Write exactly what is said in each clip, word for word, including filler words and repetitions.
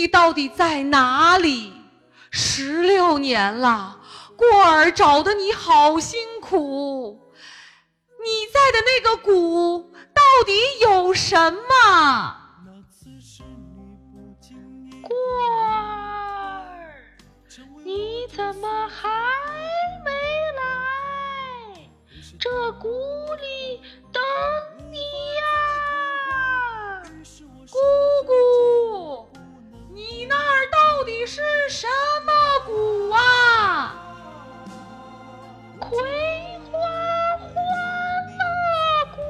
你到底在哪里？十六年了，过儿找得你好辛苦。你在的那个谷到底有什么？ 过儿，你怎么还没来？这谷里等你呀！ 姑姑，你那儿到底是什么谷啊？ 葵花欢乐谷。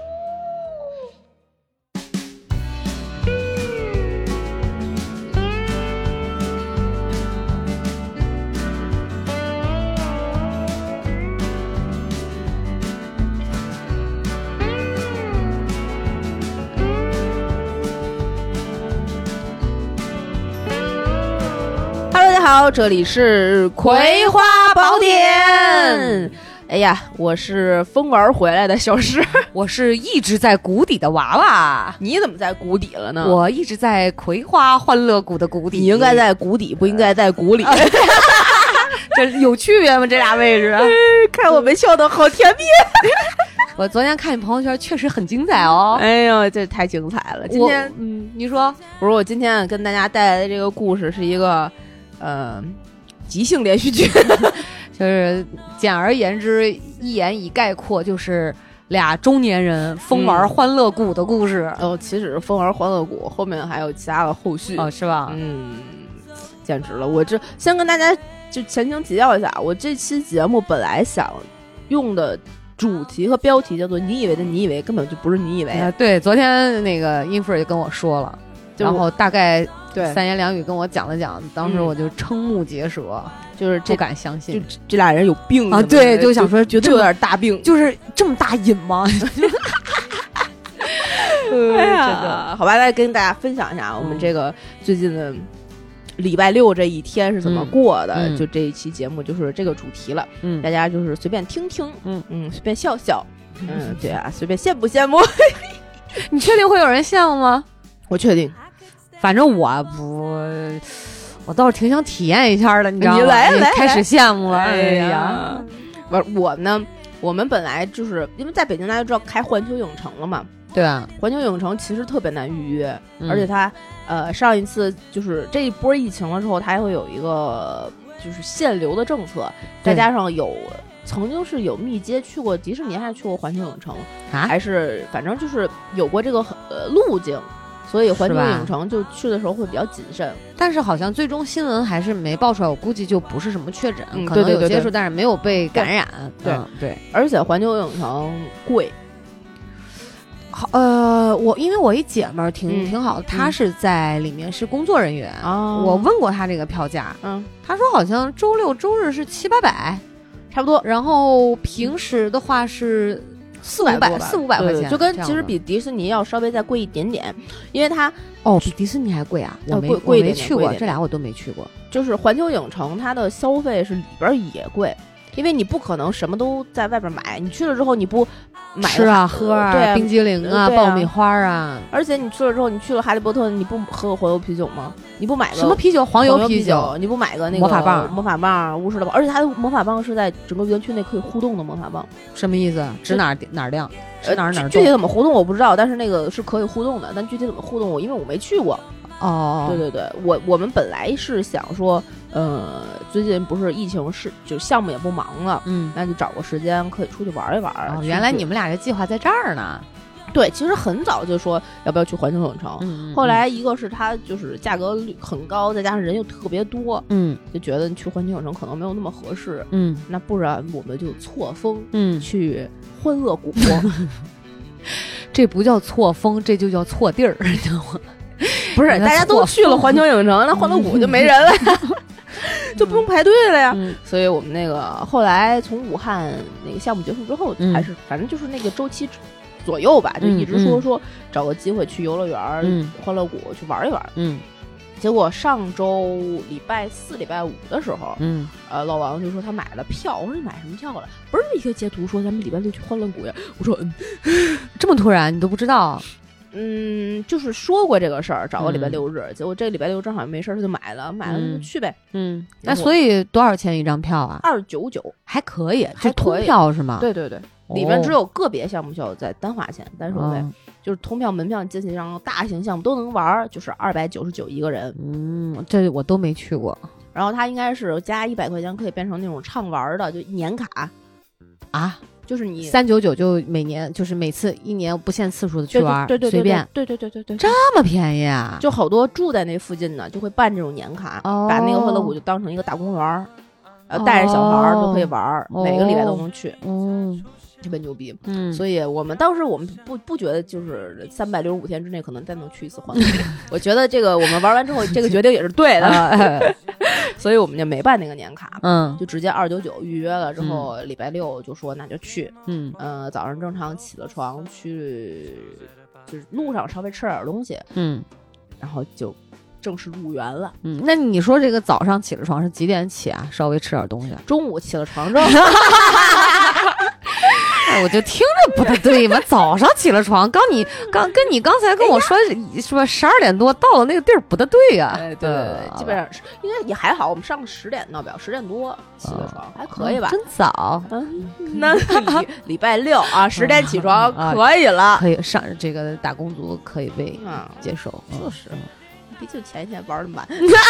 Hello， 大家好，这里是葵花宝典。哎呀，我是疯玩回来的小诗， 我是一直在谷底的娃娃。 你怎么在谷底了呢？ 我一直在葵花欢乐谷的谷底。 你应该在谷底，不应该在谷里。 这有区别吗？这俩位置？ 看我们笑得好甜蜜。 我昨天看你朋友圈确实很精彩哦。 哎呦，这太精彩了！今天， 嗯，你说， 我说我今天跟大家带来的这个故事是一个呃即兴连续剧。 就是简而言之，一言以概括，就是俩中年人疯玩欢乐谷的故事。 嗯、哦，其实是疯玩欢乐谷，后面还有其他的后续。 哦，是吧？ 嗯，简直了！我这先跟大家就前情提要一下，我这期节目本来想用的主题和标题叫做你以为的你以为，根本就不是你以为。 呃、对，昨天那个英菲尔就跟我说了，然后大概对三言两语跟我讲了讲，当时我就瞠目结舌， 嗯、就是不敢相信， 就这俩人有病啊！对，就想说觉得有点大病， 就是这么大瘾吗？ 哎呀，好吧，来跟大家分享一下我们这个最近的礼拜六这一天是怎么过的。 嗯、 就这一期节目就是这个主题了， 嗯， 大家就是随便听听， 嗯嗯，随便笑笑，嗯，对啊，随便羡慕羡慕。 你确定会有人羡慕吗？ 我确定， 反正我不，我倒是挺想体验一下的，你知道吗？ 你来来， 开始羡慕了。 哎呀， 我我呢，我们本来就是因为在北京，大家知道开环球影城了嘛。 对啊， 环球影城其实特别难预约， 嗯、 而且它呃上一次就是这一波疫情了之后，它还会有一个就是限流的政策，再加上有曾经是有密接去过迪士尼，还是去过环球影城， 啊、 还是反正就是有过这个呃路径，所以环球影城就去的时候会比较谨慎。 但是好像最终新闻还是没爆出来，我估计就不是什么确诊， 嗯、 可能有接触， 对对对对， 但是没有被感染。 对、 嗯、对， 而且环球影城贵。 好，呃，我因为我一姐们儿挺、 嗯、 挺好的，她是在里面是工作人员啊、 嗯，我问过她这个票价， 嗯， 她说好像周六周日是七八百， 差不多， 然后平时的话是四五百四五百块钱， 就跟其实比迪士尼要稍微再贵一点点，因为它哦比迪士尼还贵啊，我没、 呃、贵我没去过，这俩我都没去过。 就是环球影城它的消费是里边也贵，因为你不可能什么都在外边买，你去了之后你不买吃啊喝啊， 对啊， 冰激凌啊， 啊爆米花啊， 而且你去了之后，你去了哈利波特，你不喝个黄油啤酒吗？你不买个什么啤酒？黄油啤酒？你不买个那个魔法棒？ 魔法棒，巫师的棒，而且它的魔法棒是在整个园区内可以互动的魔法棒。 什么意思？指哪儿哪儿亮？指哪儿哪儿动？ 具体怎么互动我不知道，但是那个是可以互动的，但具体怎么互动我因为我没去过。 哦， 对对对，我我们本来是想说，呃，最近不是疫情是就项目也不忙了， 嗯， 那就找个时间可以出去玩一玩。 哦，原来你们俩这计划在这儿呢。 对，其实很早就说要不要去环球影城， 嗯， 后来一个是它就是价格很高，再加上人又特别多， 嗯， 就觉得你去环球影城可能没有那么合适， 嗯， 那不然我们就错峰， 嗯， 去欢乐谷。 这不叫错峰，这就叫错地儿，你知道吗？ 不是，大家都去了环球影城，那欢乐谷就没人了。就不用排队了呀、 嗯， 所以我们那个后来从武汉那个项目结束之后， 嗯、 还是反正就是那个周期左右吧，就一直说、 嗯、 说找个机会去游乐园、 嗯、 欢乐谷去玩一玩。 嗯， 结果上周礼拜四、礼拜五的时候， 嗯， 呃，老王就说他买了票，我说你买什么票了？不是一个截图说咱们礼拜六去欢乐谷呀？我说嗯， 这么突然你都不知道。 嗯，就是说过这个事儿，找个礼拜六日，嗯、结果这个礼拜六正好没事儿，他就买了，买了就去呗。 嗯，那所以多少钱一张票啊？ 二九九， 还可以， 还通票是吗？ 对对对，哦、里面只有个别项目需要再单花钱，单收费。哦，就是通票门票进去，然后大型项目都能玩，就是二百九十九一个人。 嗯，这我都没去过。 然后它应该是加一百块钱可以变成那种畅玩的，就年卡啊， 就是你三九九就每年就是每次一年不限次数的去玩， 对对对， 随便， 对对对对对， 这么便宜啊！ 就好多住在那附近的就会办这种年卡， 哦、 把那个欢乐谷就当成一个大公园，呃，带着小孩儿都可以玩， 哦、 每个礼拜都能去。 嗯。 特别牛逼， 嗯， 所以我们当时我们不不觉得就是三百六十五天之内可能再能去一次欢乐谷，我觉得这个我们玩完之后这个决定也是对的，所以我们就没办那个年卡， 嗯， 就直接二九九预约了之后，嗯、礼拜六就说那就去， 嗯， 呃，早上正常起了床去，就是路上稍微吃点东西， 嗯， 然后就正式入园了， 嗯，那你说这个早上起了床是几点起啊？稍微吃点东西， 中午起了床之后。 我就听着不太对嘛，早上起了床，刚你刚跟你刚才跟我说是吧，十二点多到了那个地儿不太对呀、啊哎，对对对，基本上是应该也还好，我们上了十点闹表，十点多起的床、哦、还可以吧， 真早。 嗯，那礼礼拜六啊，十点起床、嗯、可以了， 可以上这个打工族可以被接受， 嗯、就是，毕竟前一天玩的满。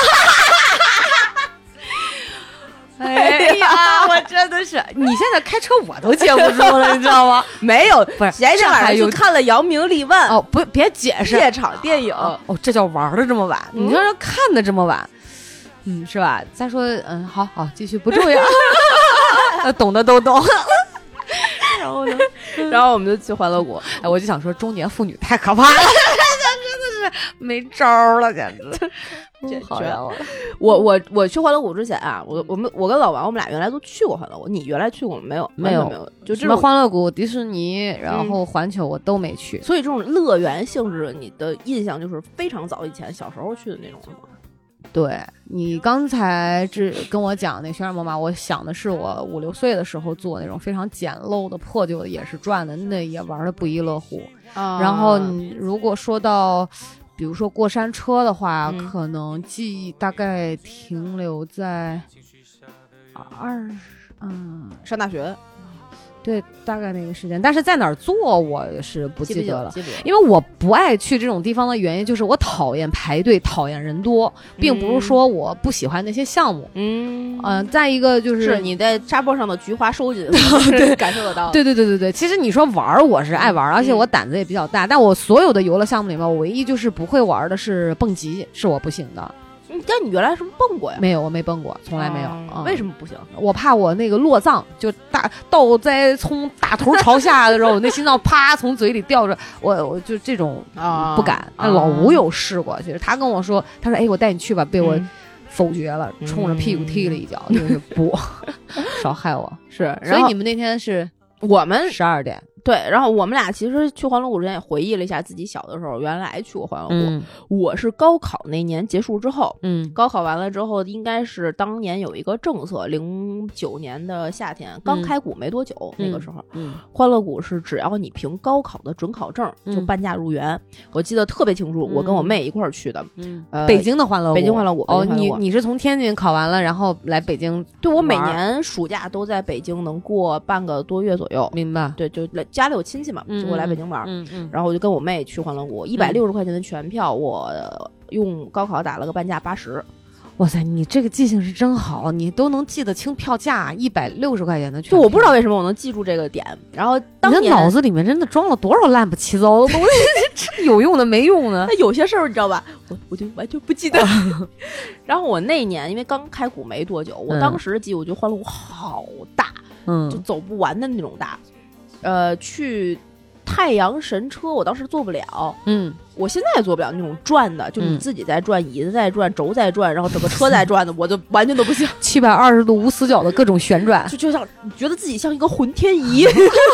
哎呀，我真的是，你现在开车我都接不住了，你知道吗？ 没有， 不是前一天晚上就看了《扬名立万》 哦，不，别解释， 夜场电影哦，这叫玩的这么晚，嗯、你说要看的这么晚，嗯，是吧？再说，嗯，好好，继续，不重要，懂的都懂。然后呢， 然后我们就去欢乐谷， 哎，我就想说，中年妇女太可怕了，真的是没招了，简直。 这好了， 我我我去欢乐谷之前啊，我我们我跟老王我们俩原来都去过欢乐谷，你原来去过吗？没有， 没有， 没有，就什么欢乐谷、迪士尼，然后环球我都没去。 嗯、所以这种乐园性质，你的印象就是非常早以前小时候去的那种是吗？ 对，你刚才这跟我讲那旋转木马，我想的是我五六岁的时候做那种非常简陋的破旧的也是转的，那也玩的不亦乐乎。 啊、 然后你如果说到比如说过山车的话、 嗯、 可能记忆大概停留在二嗯上大学， 对，大概那个时间，但是在哪儿做我是不记得了， 记不记得， 因为我不爱去这种地方的原因就是我讨厌排队，讨厌人多，并不是说我不喜欢那些项目， 嗯嗯、呃，再一个就是是你在沙坡上的菊花收紧， 对， 感受得到， 对对对对对。其实你说玩，我是爱玩，而且我胆子也比较大，嗯、但我所有的游乐项目里面，我唯一就是不会玩的是蹦极，是我不行的。 但你原来是不是蹦过呀？ 没有，我没蹦过，从来没有。 嗯嗯、 为什么不行？ 我怕我那个落脏，就大倒栽从大头朝下的时候，我那心脏啪从嘴里掉着，我我就这种不敢。啊、老吴有试过，其实他跟我说，他说：“哎，我带你去吧。”被我否决了，嗯、冲着屁股踢了一脚，嗯、就是不少害我。 是， 所以你们那天是我们十二点。 对，然后我们俩其实去欢乐谷之前也回忆了一下自己小的时候，原来去过欢乐谷。 嗯、 我是高考那年结束之后， 嗯， 高考完了之后，应该是当年有一个政策，零九年的夏天刚开谷没多久， 嗯、 那个时候， 嗯， 欢乐谷是只要你凭高考的准考证就半价入园，嗯、我记得特别清楚，我跟我妹一块儿去的， 嗯， 呃， 北京的欢乐谷， 北京欢乐谷。 哦，你你是从天津考完了，然后来北京？ 对，我每年暑假都在北京能过半个多月左右， 明白？ 对，就来家里有亲戚嘛。就我来北京玩， 嗯嗯， 然后我就跟我妹去欢乐谷，一百六十块钱的全票，我用高考打了个半价八十。 哇塞，你这个记性是真好，你都能记得清票价，一百六十块钱的全票。 就我不知道为什么我能记住这个点。然后当年你的脑子里面真的装了多少乱不七糟的东西，有用的没用的。 那有些事儿你知道吧，我我就完全不记得。然后我那年因为刚开谷没多久，我当时记，我觉得欢乐谷好大， 嗯， 就走不完的那种大。呃，去。太阳神车我当时做不了， 嗯， 我现在也做不了那种转的，就你自己在转，椅子在转，轴在转，然后整个车在转的，我就完全都不行。 七百二十度无死角的各种旋转， 就就像觉得自己像一个浑天仪，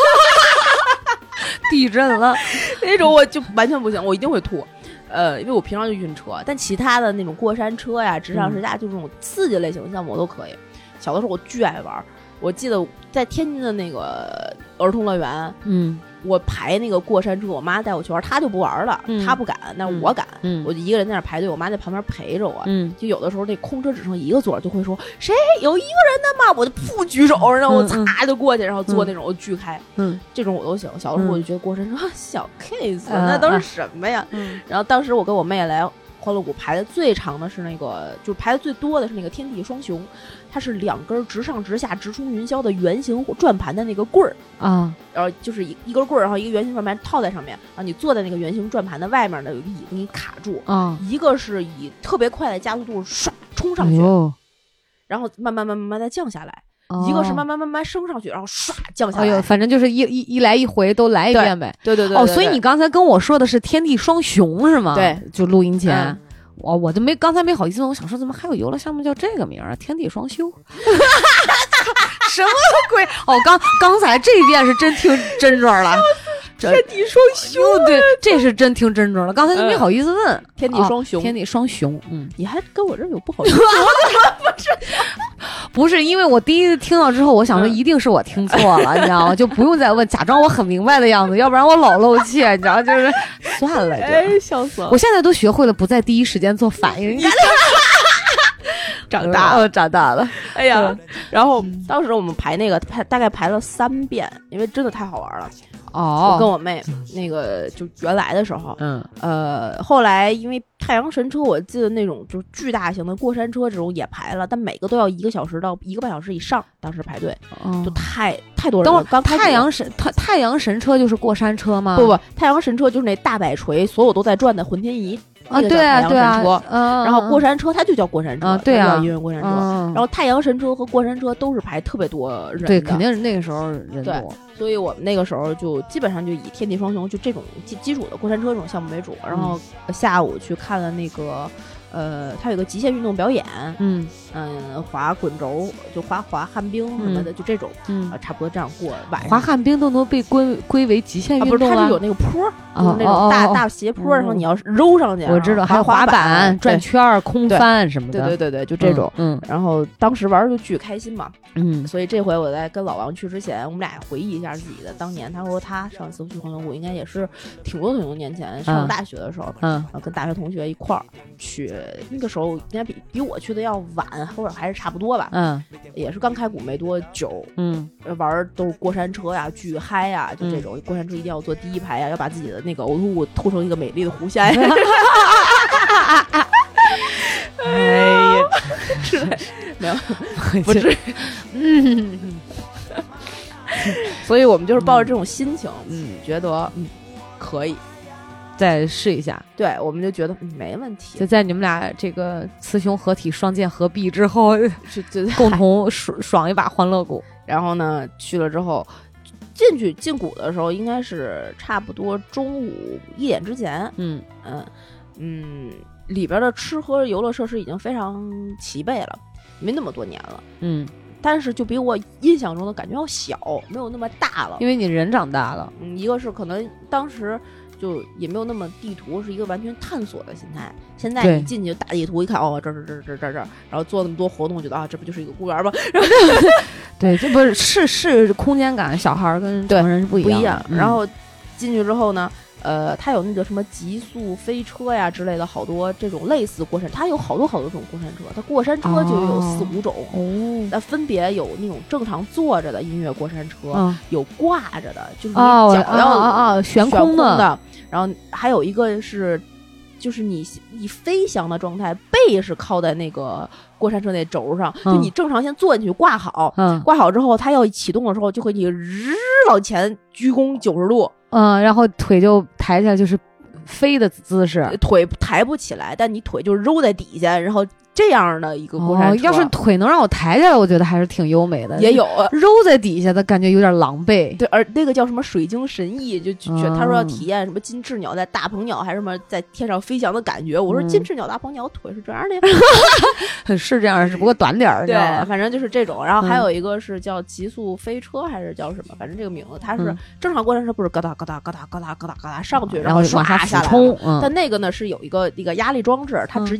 地震了那种，我就完全不行，我一定会吐。呃，因为我平常就晕车，但其他的那种过山车呀、直上直下，就这种刺激类型的项目我都可以。小的时候我巨爱玩，我记得在天津的那个儿童乐园， 嗯。 我排那个过山车，我妈带我去玩，她就不玩了， 嗯、 她不敢，但是我敢， 嗯、 我就一个人在那排队，我妈在旁边陪着我。 嗯， 就有的时候那空车只剩一个座，就会说谁有一个人的吗？我就不举手，然后我擦就过去，然后坐那种我巨开， 嗯， 这种我都行。小的时候我就觉得过山车、嗯、小 case，、 嗯、 那都是什么呀？ 嗯， 然后当时我跟我妹来欢乐谷排的最长的是那个，就是排的最多的是那个天地双雄，它是两根直上直下、直冲云霄的圆形转盘的那个棍儿啊， 然后就是一一根棍儿，然后一个圆形转盘套在上面，然后你坐在那个圆形转盘的外面呢，有一个椅子给你卡住啊。 一个是以特别快的加速度唰冲上去， 哎、 然后慢慢慢慢慢再降下来。哦、一个是慢慢慢慢升上去，然后唰降下来。 哎呦，反正就是一一一来一回都来一遍呗。 对对 对, 对, 对, 对。哦，所以你刚才跟我说的是天地双雄是吗？ 对， 就录音前。 嗯我我就没刚才没好意思问，我想说怎么还有游乐项目叫这个名啊？天地双修，什么鬼？哦，刚刚才这一遍是真听真准了， 天地双修， 对，这是真听真准了。刚才就没好意思问，嗯、 天地双雄、 哦，天地双雄，嗯， 你还跟我这有不好意思？ 不是，不是，因为我第一次听到之后，我想说一定是我听错了，你知道吗？就不用再问，假装我很明白的样子，要不然我老露怯，你知道，就是算了，就哎，笑死了！ 我现在都学会了不在第一时间做反应。你看， 长大了， 长大了， 哎呀！然后当时我们排那个排大概排了三遍，因为真的太好玩了。 哦， 我跟我妹那个就原来的时候， 嗯呃，后来因为太阳神车，我记得那种就巨大型的过山车这种也排了，但每个都要一个小时到一个半小时以上，当时排队、哦、就太太多人了。 等会儿，太阳神太太阳神车就是过山车吗？ 不不，太阳神车就是那大摆锤，所有都在转的混天仪。 啊，对啊，对啊， 嗯，然后过山车它就叫过山车， 啊，对啊， 音乐过山车。然后太阳神车和过山车都是排特别多人的， 对，肯定是那个时候人多。 所以我们那个时候就基本上就以天地双雄就这种基基础的过山车这种项目为主，然后下午去看了那个。呃，它有个极限运动表演， 嗯嗯，滑滚轴，就滑滑旱冰什么的， 嗯、 就这种， 嗯、 啊，差不多这样过晚上。 滑旱冰都能被归归为极限运动啊？不是，它是有那个坡， 啊、 就是那种大、 哦、 大斜坡，然后你要揉上去， 我知道，还有滑板、转圈、空翻什么的， 对对对对，就这种， 嗯。 然后当时玩就巨开心嘛， 嗯， 所以这回我在跟老王去之前，我们俩回忆一下自己的当年。他说他上次去欢乐谷应该也是挺多挺多年前，上大学的时候， 嗯， 然后跟大学同学一块儿去，那个时候。应该比比我去的要晚，或者还是差不多吧。 嗯， 也是刚开股没多久。 嗯， 玩都是过山车呀，巨嗨呀，就这种、嗯、过山车一定要坐第一排呀，要把自己的那个呕吐物吐成一个美丽的弧线。哎呀，是没有，不是，嗯。所以我们就是抱着这种心情，嗯，觉得嗯可以。 再试一下， 对，我们就觉得、嗯、没问题。 就在你们俩这个雌雄合体、双剑合璧之后， 就就共同爽爽一把欢乐谷。 然后呢，去了之后，进去进谷的时候，应该是差不多中午一点之前。 嗯嗯嗯，里边的吃喝游乐设施已经非常齐备了，没那么多年了。 嗯。 但是就比我印象中的感觉要小，没有那么大了。 因为你人长大了。 嗯，一个是可能当时。就也没有那么地图是一个完全探索的心态。现在你进去大地图一看，哦，这这这这这这，然后做那么多活动，觉得啊，这不就是一个公园吗？然后对，这不是是是空间感，小孩跟成人是不一样。 不一样。 嗯、 然后进去之后呢，呃，它有那个什么极速飞车呀之类的，好多这种类似过山，它有好多好多种过山车，它过山车就有四五种哦， 那分别有那种正常坐着的音乐过山车， 嗯、 有挂着的，就是你脚要啊啊悬空的。哦然后还有一个是，就是你你飞翔的状态，背是靠在那个过山车那轴上， 嗯、 就你正常先坐进去挂好， 嗯、 挂好之后，它要启动的时候，就会你日往前鞠躬九十度， 嗯，然后腿就抬起来，就是飞的姿势， 腿抬不起来，但你腿就揉在底下，然后。这样的一个过山车、 哦，要是腿能让我抬起来，我觉得还是挺优美的。 也有揉在底下的感觉有点狼狈。 对，而那个叫什么水晶神翼，就觉得、嗯、他说要体验什么金翅鸟在大鹏鸟还是什么在天上飞翔的感觉。我说金翅鸟、大鹏鸟腿是这样的呀， 嗯、是这样，只不过短点儿。 对，反正就是这种。然后还有一个是叫极速飞车，还是叫什么？反正这个名字它是正常过山车，不是咯哒咯哒咯哒咯哒咯哒咯哒上去， 然后唰下来。 冲。嗯、 但那个呢是有一个一个压力装置，它直接。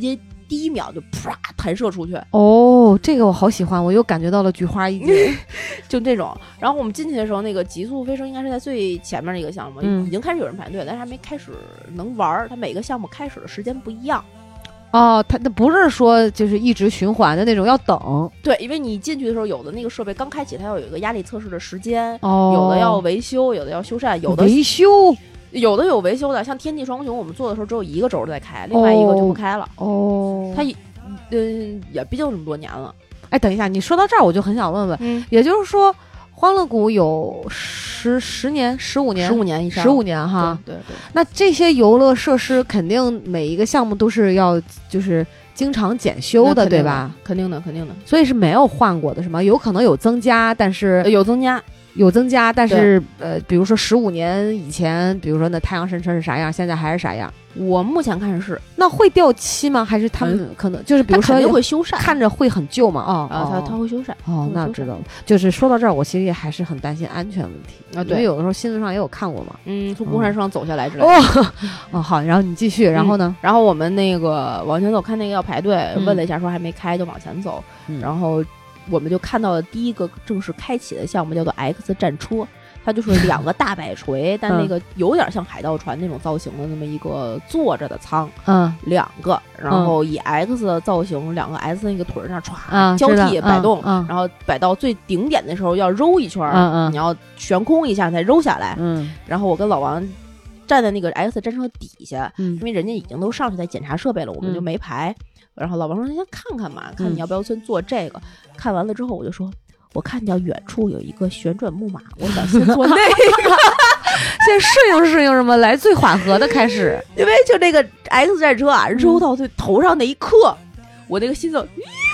第一秒就啪弹射出去。 哦，这个我好喜欢，我又感觉到了菊花一紧。 就这种。然后我们进去的时候，那个极速飞升应该是在最前面的一个项目， 嗯、 已经开始有人排队，但是还没开始能玩。它每个项目开始的时间不一样。 哦，它那不是说就是一直循环的那种，要等。 对，因为你进去的时候，有的那个设备刚开启，它要有一个压力测试的时间， 哦、 有的要维修，有的要修缮，有的维修， 有的有维修的。像天际双雄，我们做的时候只有一个轴在开，另外一个就不开了。 哦， 它嗯也毕竟这么多年了。 哎，等一下，你说到这儿，我就很想问问， 嗯、 也就是说。欢乐谷有十十年、十五年、 十五年以上， 十五年哈。 对 对, 对。 那这些游乐设施肯定每一个项目都是要就是经常检修的，对吧？ 肯定的，肯定的。 所以是没有换过的，是吗？有可能有增加，但是、 呃、有增加。 有增加，但是呃，比如说十五年以前，比如说那太阳神车是啥样，现在还是啥样？ 我目前看是， 那会掉漆吗？还是他们可能、嗯、就是比如说肯定会修缮， 看着会很旧嘛？哦， 啊，他他会修缮。 哦，那知道了。就是说到这儿，我其实也还是很担心安全问题啊，对， 因为有的时候新闻上也有看过嘛。 嗯，从公山上走下来之类的。 哦，哦，好，然后你继续，然后呢？ 嗯、然后我们那个往前走，看那个要排队， 嗯、 问了一下，说还没开，就往前走， 嗯、 然后我们就看到了第一个正式开启的项目，叫做 X 战车。它就是两个大摆锤，但那个有点像海盗船那种造型的那么一个坐着的舱， 嗯， 两个，然后以 X 的造型，两个 S 那个腿上歘、 嗯、 交替摆动、 嗯嗯， 然后摆到最顶点的时候要揉一圈， 嗯嗯， 你要悬空一下才揉下来， 嗯， 然后我跟老王站在那个 X 战车底下， 嗯， 因为人家已经都上去在检查设备了，我们就没排，嗯、然后老王说先看看嘛，看你要不要先做这个，嗯、看完了之后我就说。我看见远处有一个旋转木马，我想先做那个， 先适应适应什么，来最缓和的开始。 因为就那个 X 战车啊，揉到最头上那一刻，嗯、我那个心脏，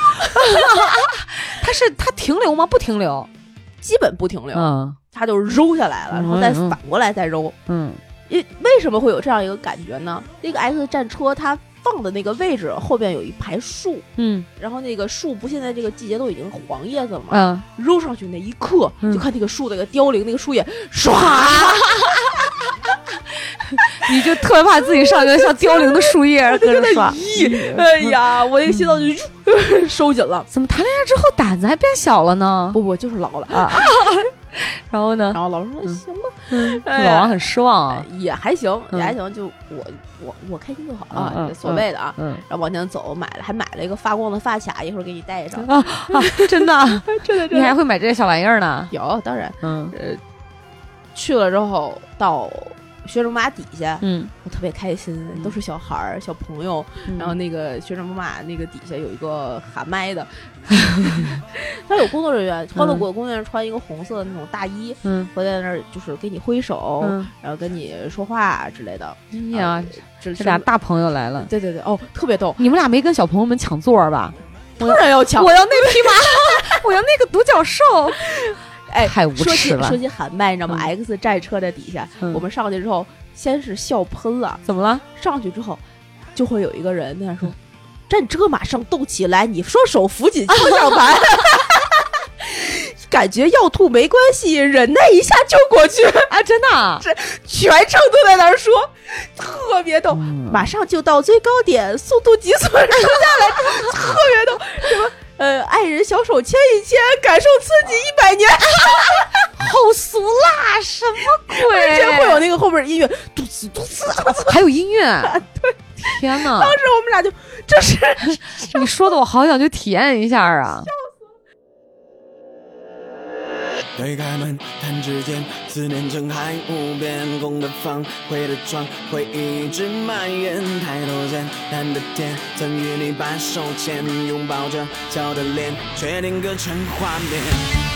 它是它停留吗？不停留， 基本不停留， 嗯， 它就揉下来了，然后再反过来再揉， 嗯， 因为什么会有这样一个感觉呢？那个 X 战车它。放的那个位置后边有一排树， 嗯， 然后那个树不现在这个季节都已经黄叶子了嘛， 嗯， 揉上去那一刻， 嗯、 就看那个树那个凋零，那个树叶唰， 你就特别怕自己上去像凋零的树叶跟着刷， 哎呀，我那个心脏就、嗯、收紧了。 怎么谈恋爱之后胆子还变小了呢？ 不不，就是老了啊。 然后呢？ 然后老师说、嗯、行吧、 嗯哎，老王很失望啊， 也还行， 嗯、 也还行，就我我我开心就好了， 嗯、 所谓的啊。 嗯， 然后往前走，买了还买了一个发光的发卡，一会儿给你戴上啊啊！真的， 真的， 你还会买这些小玩意儿呢？ 有，当然， 嗯， 呃，去了之后到旋转木马底下， 嗯， 我特别开心， 嗯、 都是小孩儿、小朋友、嗯，然后那个旋转木马那个底下有一个喊麦的。他有工作人员，欢乐谷的工作人员穿一个红色的那种大衣， 嗯， 会在那儿就是给你挥手， 嗯， 然后跟你说话之类的。 哎呀， 啊、 这这俩大朋友来了， 对对对，哦，特别逗。 你们俩没跟小朋友们抢座吧？ 当然要抢， 我要那匹马，我要那个独角兽。 哎， 太无耻了！ 说起喊麦，你知道吗、 嗯、 ？X 战车的底下、 嗯， 我们上去之后，先是笑喷了。 怎么了？ 上去之后，就会有一个人在那说。战车马上动起来，你双手扶紧方向盘，感觉要吐没关系，忍耐一下就过去啊！真的、啊， 这全程都在那儿说，特别逗、 嗯。马上就到最高点，速度急速收下来，特别逗。什么呃，爱人小手牵一牵，感受刺激一百年， 好俗辣，什么鬼？ 真会有那个后边音乐，嘟呲嘟呲， 还有音乐， 对。 天哪！ 当时我们俩就这是你说的，我好想去体验一下啊！ 推开门，弹指间，思念成海，无边空的方，回的窗，回忆一直蔓延。抬头见蓝的天，曾与你把手牵，拥抱着笑的脸，确定隔成画面。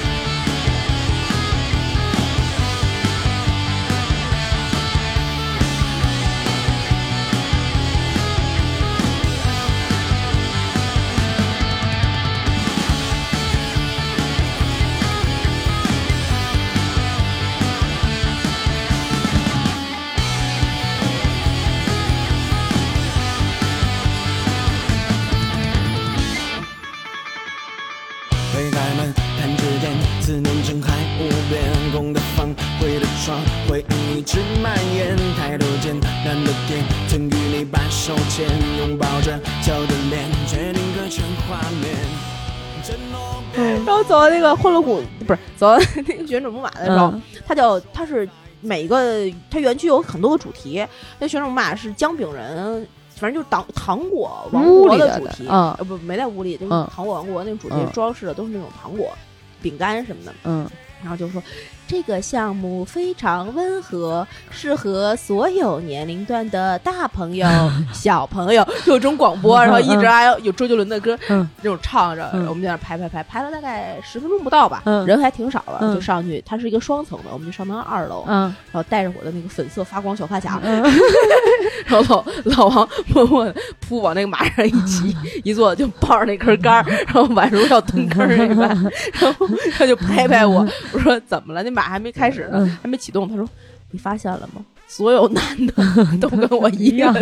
推开门，弹指间，思念成海，无边空的方，回的窗，回忆一直蔓延。抬头见蓝的天，曾与你把手前，拥抱着旧的脸，决定搁浅画面。 然后走到那个欢乐谷，不是走到那个旋转木马的时候， 嗯它叫它是每个它园区有很多个主题，那旋转木马是姜饼人。反正就是糖糖果王国的主题， 嗯、 呃不没在屋里，就是糖果王国那种主题， 嗯、 装饰的都是那种糖果、饼干什么的。 嗯， 然后就说这个项目非常温和，适合所有年龄段的大朋友、小朋友。有种广播，然后一直还有周杰伦的歌， 嗯， 那种唱着， 嗯、 我们在那拍拍拍，拍了大概十分钟不到吧， 嗯、 人还挺少的， 嗯、 就上去。它是一个双层的，我们就上到二楼， 嗯， 然后带着我的那个粉色发光小发卡， 嗯、 然后老老王默默的扑往那个马上一骑，一坐就抱着那根杆，然后宛如要蹲坑儿一般，然后他就拍拍我，我说怎么了？那马还没开始呢，还没启动。他说你发现了吗？所有男的都跟我一样。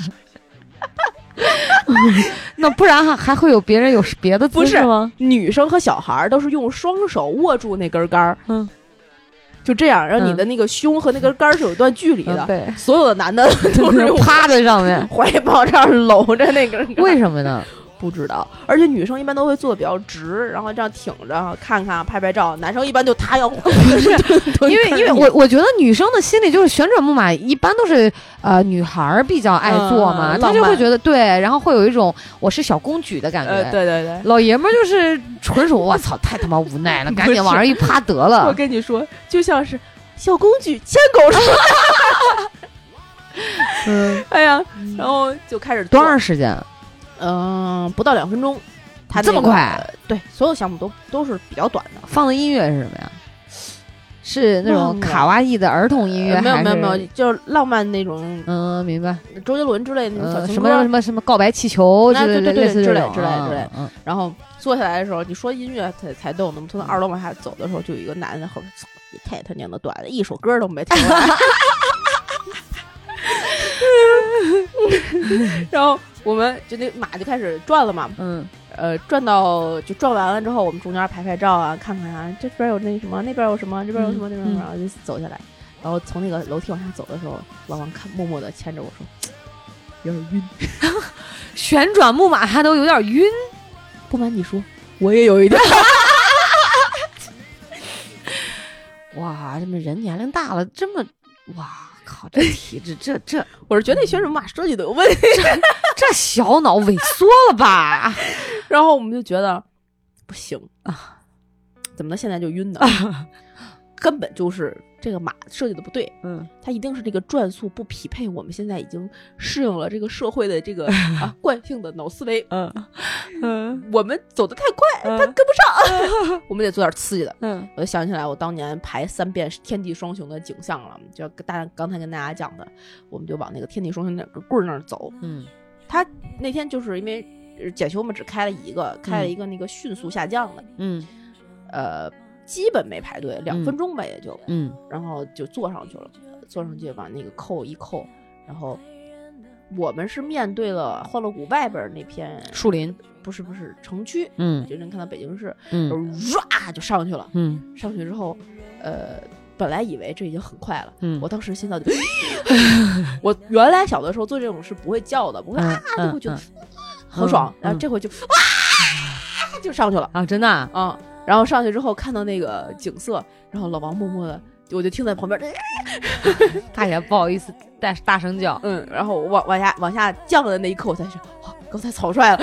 那不然还还会有别人有别的姿势吗？ 女生和小孩都是用双手握住那根杆，嗯，就这样，让你的那个胸和那根杆是有一段距离的。 嗯、对， 所有的男的都是趴在上面， 怀抱这样搂着那根杆。 为什么呢？ 不知道，而且女生一般都会坐的比较直，然后这样挺着看看拍拍照，男生一般就塌腰， 不是因为因为我我觉得女生的心里就是旋转木马一般都是呃女孩比较爱坐嘛，嗯、她就会觉得对，然后会有一种我是小公举的感觉， 呃、对对对， 老爷们就是纯属我操太他妈无奈了，赶紧往上一趴得了。 我跟你说，就像是小公举牵狗绳。嗯，哎呀，然后就开始多长时间？ 嗯、呃，不到两分钟，它、那个、这么快？ 对，所有项目都都是比较短的。 放的音乐是什么呀？是那种卡哇伊的儿童音乐、呃？ 没有没有没有，就是浪漫那种。 嗯，明白。 周杰伦之类的那种小情歌、呃，什么什么什么告白气球之类的， 对对对，之类之类之类。 嗯。 然后坐下来的时候，你说音乐才才逗呢。我们从二楼往下走的时候，就有一个男的后面，操，也太他娘的短了，一首歌都没听完。然后我们就那马就开始转了嘛， 嗯， 呃，转到就转完了之后，我们中间拍拍照啊，看看啊，这边有那什么，那边有什么，这边有什么，那边有什么，然后就走下来，然后从那个楼梯往下走的时候，老王看默默的牵着我说，有点晕， 旋转木马还都有点晕， 不瞒你说，我也有一点。 哇，这么人年龄大了，这么哇。靠，这体质，这这， 我是觉得那旋转木马设计的有问题， 这这小脑萎缩了吧？ 然后我们就觉得不行啊，怎么能现在就晕呢？根本就是这个马设计的不对， 嗯， 它一定是这个转速不匹配我们现在已经适应了这个社会的这个啊惯性的脑思维， 嗯嗯， 我们走得太快， 嗯、 它跟不上，我们得做点刺激的。 嗯， 我就想起来我当年排三遍天地双雄的景象了，就大刚才跟大家讲的，我们就往那个天地双雄那个棍儿那儿走。 嗯， 他那天就是因为检修我们只开了一个，开了一个那个迅速下降的， 嗯， 呃。基本没排队，两分钟吧也就， 嗯， 然后就坐上去了，坐上去把那个扣一扣，然后我们是面对了欢乐谷外边那片树林， 不是不是城区， 嗯， 就能看到北京市， 嗯， 唰就上去了， 嗯， 上去之后，呃，本来以为这已经很快了， 嗯， 我当时心脏就，我原来小的时候做这种事不会叫的，不会啊，就会觉得很爽，然后这回就哇就上去了啊，真的啊。 嗯然后上去之后看到那个景色，然后老王默默的，我就听在旁边， 他也不好意思大大声叫， 嗯，然后往往下往下降的那一刻，我才说，哦，刚才草率了。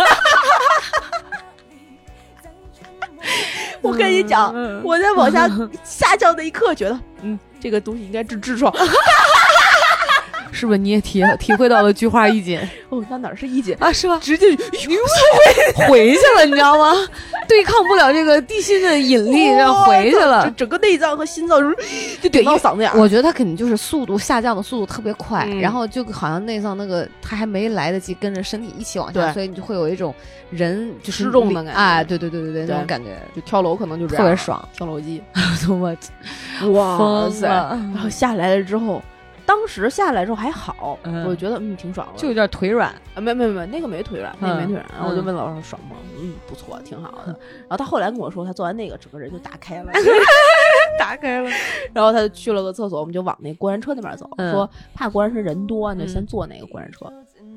我跟你讲，嗯、我在往下下降的一刻，觉得，嗯，这个东西应该治痔疮。 是不是你也体体会到了菊花一紧？ 哦，那哪是一紧啊？是吧？ 直接回回去了，你知道吗？对抗不了这个地心的引力，然后回去了。 整个内脏和心脏就顶到嗓子眼。 我觉得它肯定就是速度下降的速度特别快， 嗯、 然后就好像内脏那个它还没来得及跟着身体一起往下，所以你就会有一种人就是失重的感觉。 哎，对对对对对，那种感觉。 就跳楼可能就这样特别爽， 跳楼机。 我哇塞！然后下来了之后。当时下来之后还好， 嗯、 我觉得嗯挺爽的， 就有点腿软啊，没没没，那个没腿软，那个没腿软。 嗯、 然后我就问老师爽吗？嗯，不错，挺好的。然后他后来跟我说，他做完那个整个人就打开了， 打开了。 然后他就去了个厕所，我们就往那过山车那边走， 嗯、 说怕过山车人多，你就先坐那个过山车。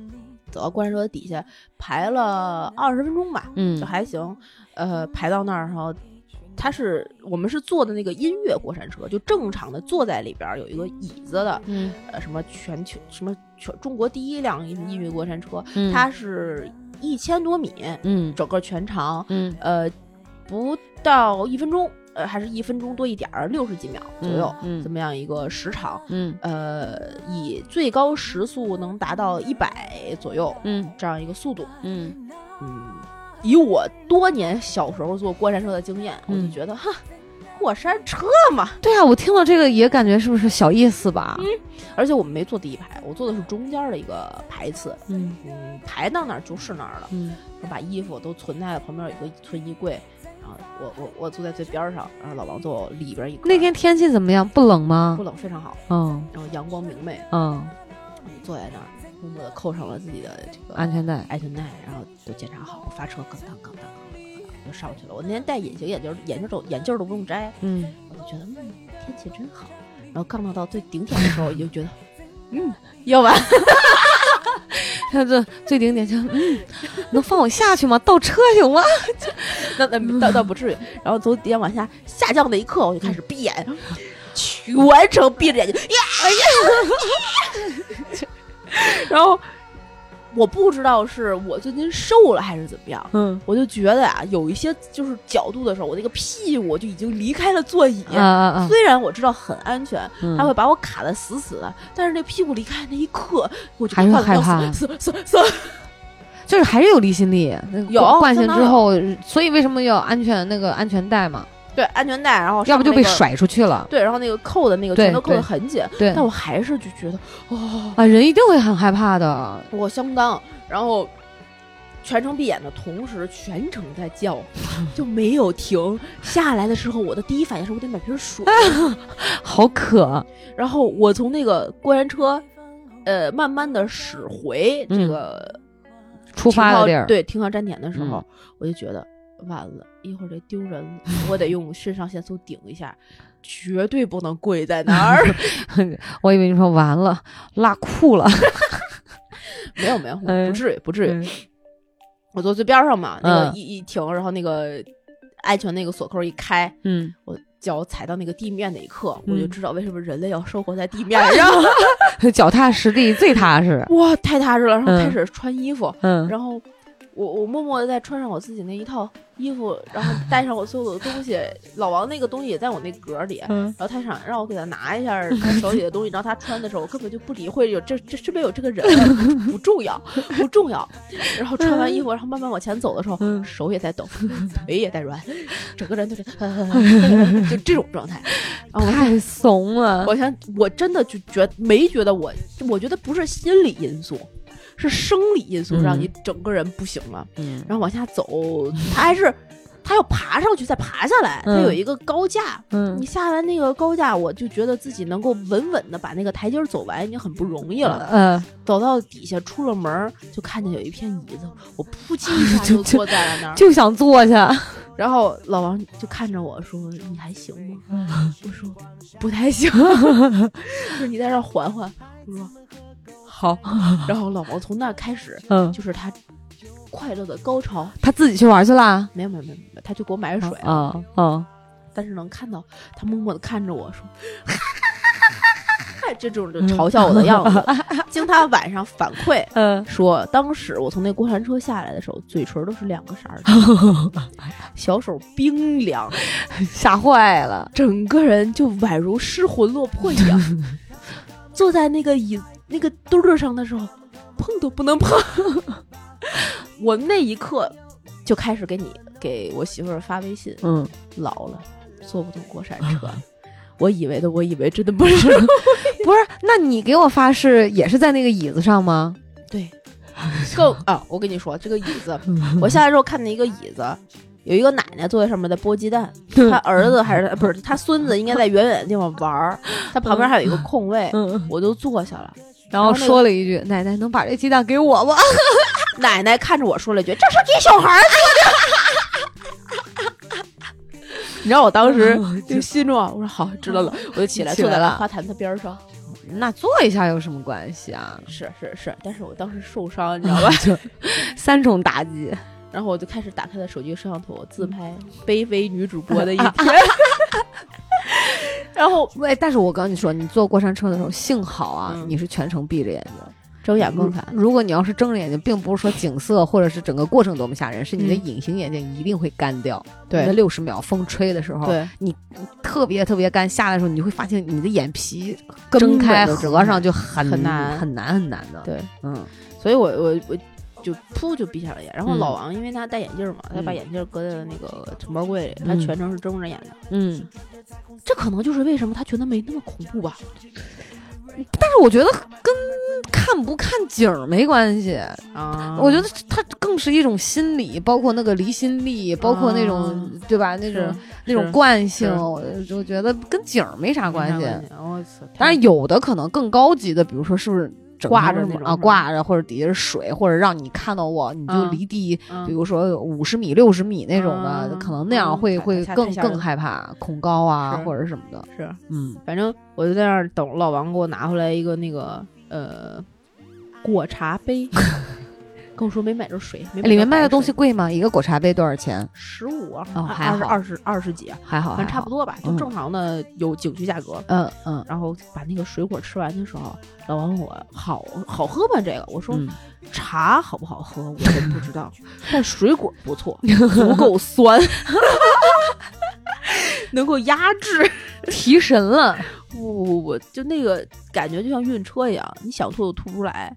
走到过山车的底下排了二十分钟吧， 嗯就还行。呃，排到那儿，然后它是我们是坐的那个音乐过山车，就正常的坐在里边有一个椅子的， 嗯呃，什么全球什么全中国第一辆音乐过山车， 嗯它是一千多米， 嗯整个全长， 嗯呃，不到一分钟。呃，还是一分钟多一点儿，六十几秒左右， 嗯嗯这么样一个时长， 嗯呃，以最高时速能达到一百左右， 嗯这样一个速度， 嗯嗯，以我多年小时候坐过山车的经验，我就嗯觉得哈，过山车嘛， 对啊，我听到这个也感觉是不是小意思吧？ 而且我们没坐第一排，我坐的是中间的一个排次， 嗯嗯，排到哪儿就是哪儿了， 嗯我把衣服都存在了旁边有一个存衣柜。然后我我我坐在最边上，然后老王坐里边一块。 那天天气怎么样？不冷吗？ 不冷，非常好。 嗯然后阳光明媚， 嗯， 我就坐在那儿，默默的扣上了自己的这个安全带。 安全带，然后都检查好，发车，咣当咣当咣当咣当就上去了。我那天戴隐形眼镜，眼镜都眼镜都不用摘， 嗯， 我就觉得嗯天气真好。然后刚到到最顶点的时候，也就觉得嗯要完。 他这最顶点就嗯，能放我下去吗？倒车行吗？ 那那倒倒不至于。然后从底下往下下降的一刻，我就开始闭眼，全程闭着眼睛，呀哎呀！然后我不知道是我最近瘦了还是怎么样， 嗯我就觉得啊，有一些就是角度的时候，我那个屁股就已经离开了座椅。 啊啊啊！ 虽然我知道很安全， 嗯它会把我卡得死死的，但是那屁股离开那一刻，我就还是犯了要害怕死死死死。 就是还是有离心力，那有惯性相当有之后，所以为什么要安全那个安全带嘛？ 对，安全带，然后要不就被上那个甩出去了。 对，然后那个扣的那个对全都扣得对很紧， 对但我还是就觉得，哦， 啊，人一定会很害怕的。 我相当，然后全程闭眼的同时，全程在叫，就没有停。下来的时候，我的第一反应是我得买瓶水， 好渴。 然后我从那个过山车，呃，慢慢的驶回这嗯个出发的地儿， 对，停靠站点的时候， 嗯我就觉得完了，一会儿得丢人了，我得用肾上腺素顶一下，绝对不能跪在那儿。 我以为你说完了拉裤了， 没有没有， 嗯不至于不至于。 嗯我坐最边上嘛，那个嗯一一停，然后那个安全那个锁扣一开， 嗯， 我脚踩到那个地面那一刻， 嗯我就知道为什么人类要生活在地面上。 脚踏实地最踏实。 哇，太踏实了！然后嗯开始穿衣服， 嗯然后我我默默的再穿上我自己那一套衣服，然后带上我所有的东西。老王那个东西也在我那格里， 嗯然后他想让我给他拿一下他手里的东西，然后他穿的时候，我根本就不理会有这这身边有这个人，不重要不重要。然后穿完衣服，然后慢慢往前走的时候， 嗯手也在抖，腿也在软，整个人就是就这种状态。然后我太怂了。 我想，我真的就觉没觉得我，我觉得不是心理因素，是生理因素嗯让你整个人不行了。 嗯然后往下走，他还是他要爬上去再爬下来，他嗯有一个高架。 嗯你下完那个高架，我就觉得自己能够稳稳的把那个台阶走完，已经很不容易了。 呃， 走到底下，出了门儿就看见有一片椅子，我扑叽一下就坐在了那儿。 就想坐下。 然后老王就看着我说：“你还行吗？”我说：“不太行。”他说：“你在这儿缓缓。”我说：“好。”然后老王从那开始， 嗯， 就是他快乐的高潮。 他自己去玩去啦。 没有没有没有没有，他就给我买水了。 啊啊， 但是能看到他默默的看着我说，这种就嘲笑我的样子。经他晚上反馈嗯说，当时我从那过山车下来的时候，嘴唇都是两个色儿的，小手冰凉， 吓坏了。 整个人就宛如失魂落魄一样。坐在那个椅那个墩儿上的时候，碰都不能碰。我那一刻就开始给你给我媳妇儿发微信， 嗯， 老了坐不动过山车。我以为的，我以为真的不是。 不是，那你给我发是也是在那个椅子上吗？ 对，更啊，我跟你说，这个椅子，我下来之后看见一个椅子，有一个奶奶坐在上面在剥鸡蛋，他儿子还是不是他孙子应该在远远的地方玩儿，他旁边还有一个空位， 嗯， 我就坐下了。 然后说了一句：“奶奶能把这鸡蛋给我吗？” 奶奶看着我说了一句：“这是给小孩儿做的。”你知道我当时就心中啊，我说好，知道了，我就起来坐在了花坛的边上， 那做一下有什么关系啊？ 是是是，但是我当时受伤，你知道吧？ 就三重打击。 然后我就开始打开了手机摄像头自拍卑微女主播的一天。然后， 喂，但是我跟你说，你坐过山车的时候，幸好啊， 嗯、 你是全程闭着眼睛。 睁眼更惨。 如果你要是睁着眼睛，并不是说景色或者是整个过程多么吓人，是你的隐形眼镜一定会干掉。 对， 那六十秒风吹的时候， 对， 你特别特别干，下来的时候，你会发现你的眼皮睁开合上就很很难很难很难的。 对， 嗯， 所以我我我就噗就闭下了眼。然后老王因为他戴眼镜嘛， 嗯、 他把眼镜搁在那个承包柜里，嗯、他全程是睁着眼的。 嗯， 这可能就是为什么他觉得没那么恐怖吧。 但是我觉得跟看不看景没关系啊， 我觉得它更是一种心理，包括那个离心力，包括那种、啊、对吧？那种那种惯性，我就觉得跟景没啥关系。 我操！ 当然有的可能更高级的，比如说是不是挂着那种啊，挂着或者底下是水，或者让你看到我，你就离地， 嗯、 比如说五十米、六十米那种的， 嗯、 可能那样会、嗯、会更更害怕，恐高啊或者什么的。 是， 嗯， 反正我就在那儿等老王给我拿回来一个那个呃果茶杯，跟我说没买着水，没买着里面卖的东西贵吗？一个果茶杯多少钱？ 十五啊， 哦，还好， 二十二十几， 还好， 反正差不多吧，就正常的有景区价格。 嗯嗯， 然后把那个水果吃完的时候，老王问我好好喝吗？这个我说、嗯、茶好不好喝我真不知道，但水果不错，足够酸，能够压制， 提神了。 不不不，就那个感觉就像晕车一样，你想吐都吐不出来。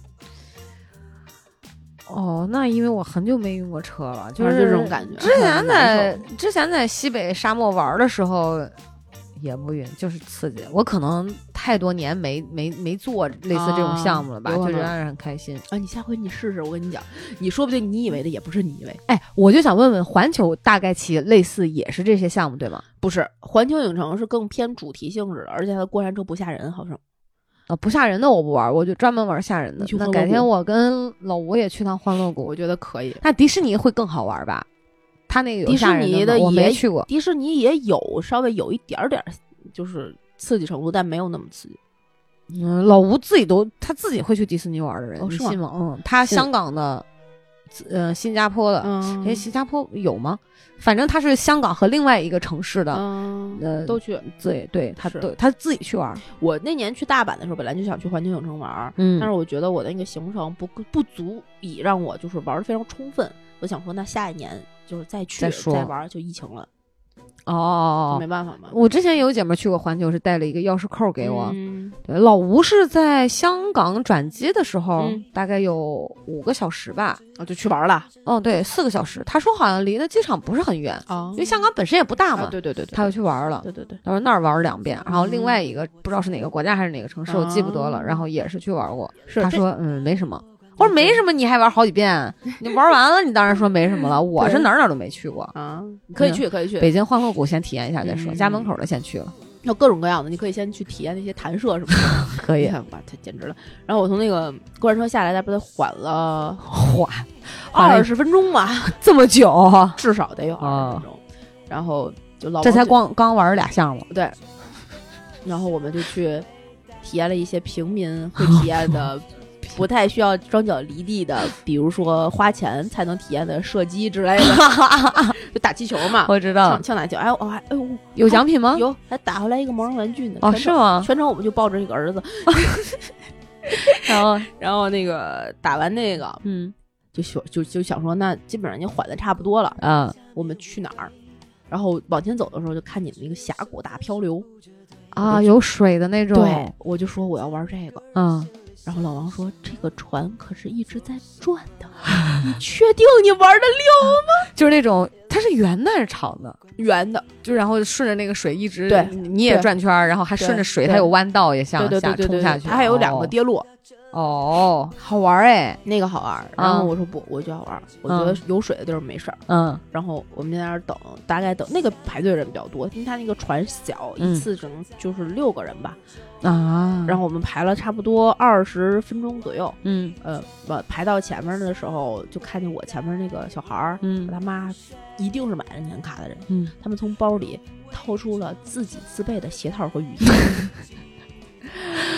哦，那因为我很久没晕过车了，就是这种感觉。 之前在之前在西北沙漠玩的时候也不晕，就是刺激。我可能太多年没没没做类似这种项目了吧，啊、就让人很开心啊！你下回你试试，我跟你讲，你说不定你以为的也不是你以为。 哎，我就想问问，环球大概其类似也是这些项目对吗？ 不是，环球影城是更偏主题性质的，而且它的过山车不吓人，好像。 啊，不吓人的我不玩，我就专门玩吓人的。那改天我跟老吴也去趟欢乐谷， 我觉得可以。 那迪士尼会更好玩吧？他那个有吓人的， 迪士尼的我没去过。 迪士尼也有稍微有一点点就是刺激程度，但没有那么刺激。 嗯，老吴自己都他自己会去迪士尼玩的人， 哦、 你信吗？嗯，他香港的，呃，新加坡的， 嗯， 哎，新加坡有吗？反正他是香港和另外一个城市的， 嗯， 呃， 都去， 对对，他都他自己去玩。 我那年去大阪的时候，本来就想去环球影城玩， 嗯， 但是我觉得我的那个行程不不足以让我就是玩的非常充分。我想说，那下一年就是再去再再玩，就疫情了。 哦， 没办法嘛。 我之前有姐妹去过环球，是带了一个钥匙扣给我。 嗯、 对，老吴是在香港转机的时候， 嗯、 大概有五个小时吧， 啊，就去玩了。 哦，对，四个小时。他说好像离那机场不是很远， 哦， 因为香港本身也不大嘛。 啊、对对对对， 他就去玩了。 对对对， 他说那儿玩了两遍，然后另外一个、嗯、不知道是哪个国家还是哪个城市，我记不得了。 哦、 然后也是去玩过。 是他说嗯没什么。我说没什么，你还玩好几遍？你玩完了，你当然说没什么了。我是哪儿哪儿都没去过啊，可以去，可以去。 北京欢乐谷先体验一下再说， 嗯、 家门口的先去了。 有各种各样的，你可以先去体验那些弹射什么的， 可以。 哇，太简直了！然后我从那个过山车下来，大概缓了缓二十分钟吧， 这么久， 至少得有二十分钟。哦、然后就老这才光刚玩俩项目， 对。然后我们就去体验了一些平民会体验的。不太需要双脚离地的，比如说花钱才能体验的射击之类的，就打气球嘛。 我知道， 呛呛奶球。哎呦，哎呦， 有奖品吗？ 有，还打回来一个毛绒玩具呢。 哦，是吗？ 全程我们就抱着一个儿子， 然后， 然后那个打完那个， 嗯， 就想就就想说，那基本上已经缓的差不多了啊， 我们去哪儿？然后往前走的时候，就看见那个峡谷大漂流啊，有水的那种。 对，我就说我要玩这个， 嗯。 然后老王说：“这个船可是一直在转的，你确定你玩得了吗？” 就是那种，它是圆的还是长的？ 圆的， 就然后顺着那个水一直， 对， 你也转圈，然后还顺着水，它有弯道也向下冲下去， 它还有两个跌落。 哦，好玩哎， 那个好玩。然后我说不，我就要玩，我觉得有水的地儿没事儿。 嗯。 然后我们在那儿等，大概等那个排队人比较多，因为他那个船小，一次只能就是六个人吧。 啊。 然后我们排了差不多二十分钟左右。 嗯。 呃，排到前面的时候，就看见我前面那个小孩儿， 嗯， 他妈一定是买了年卡的人， 嗯， 他们从包里掏出了自己自备的鞋套和雨衣。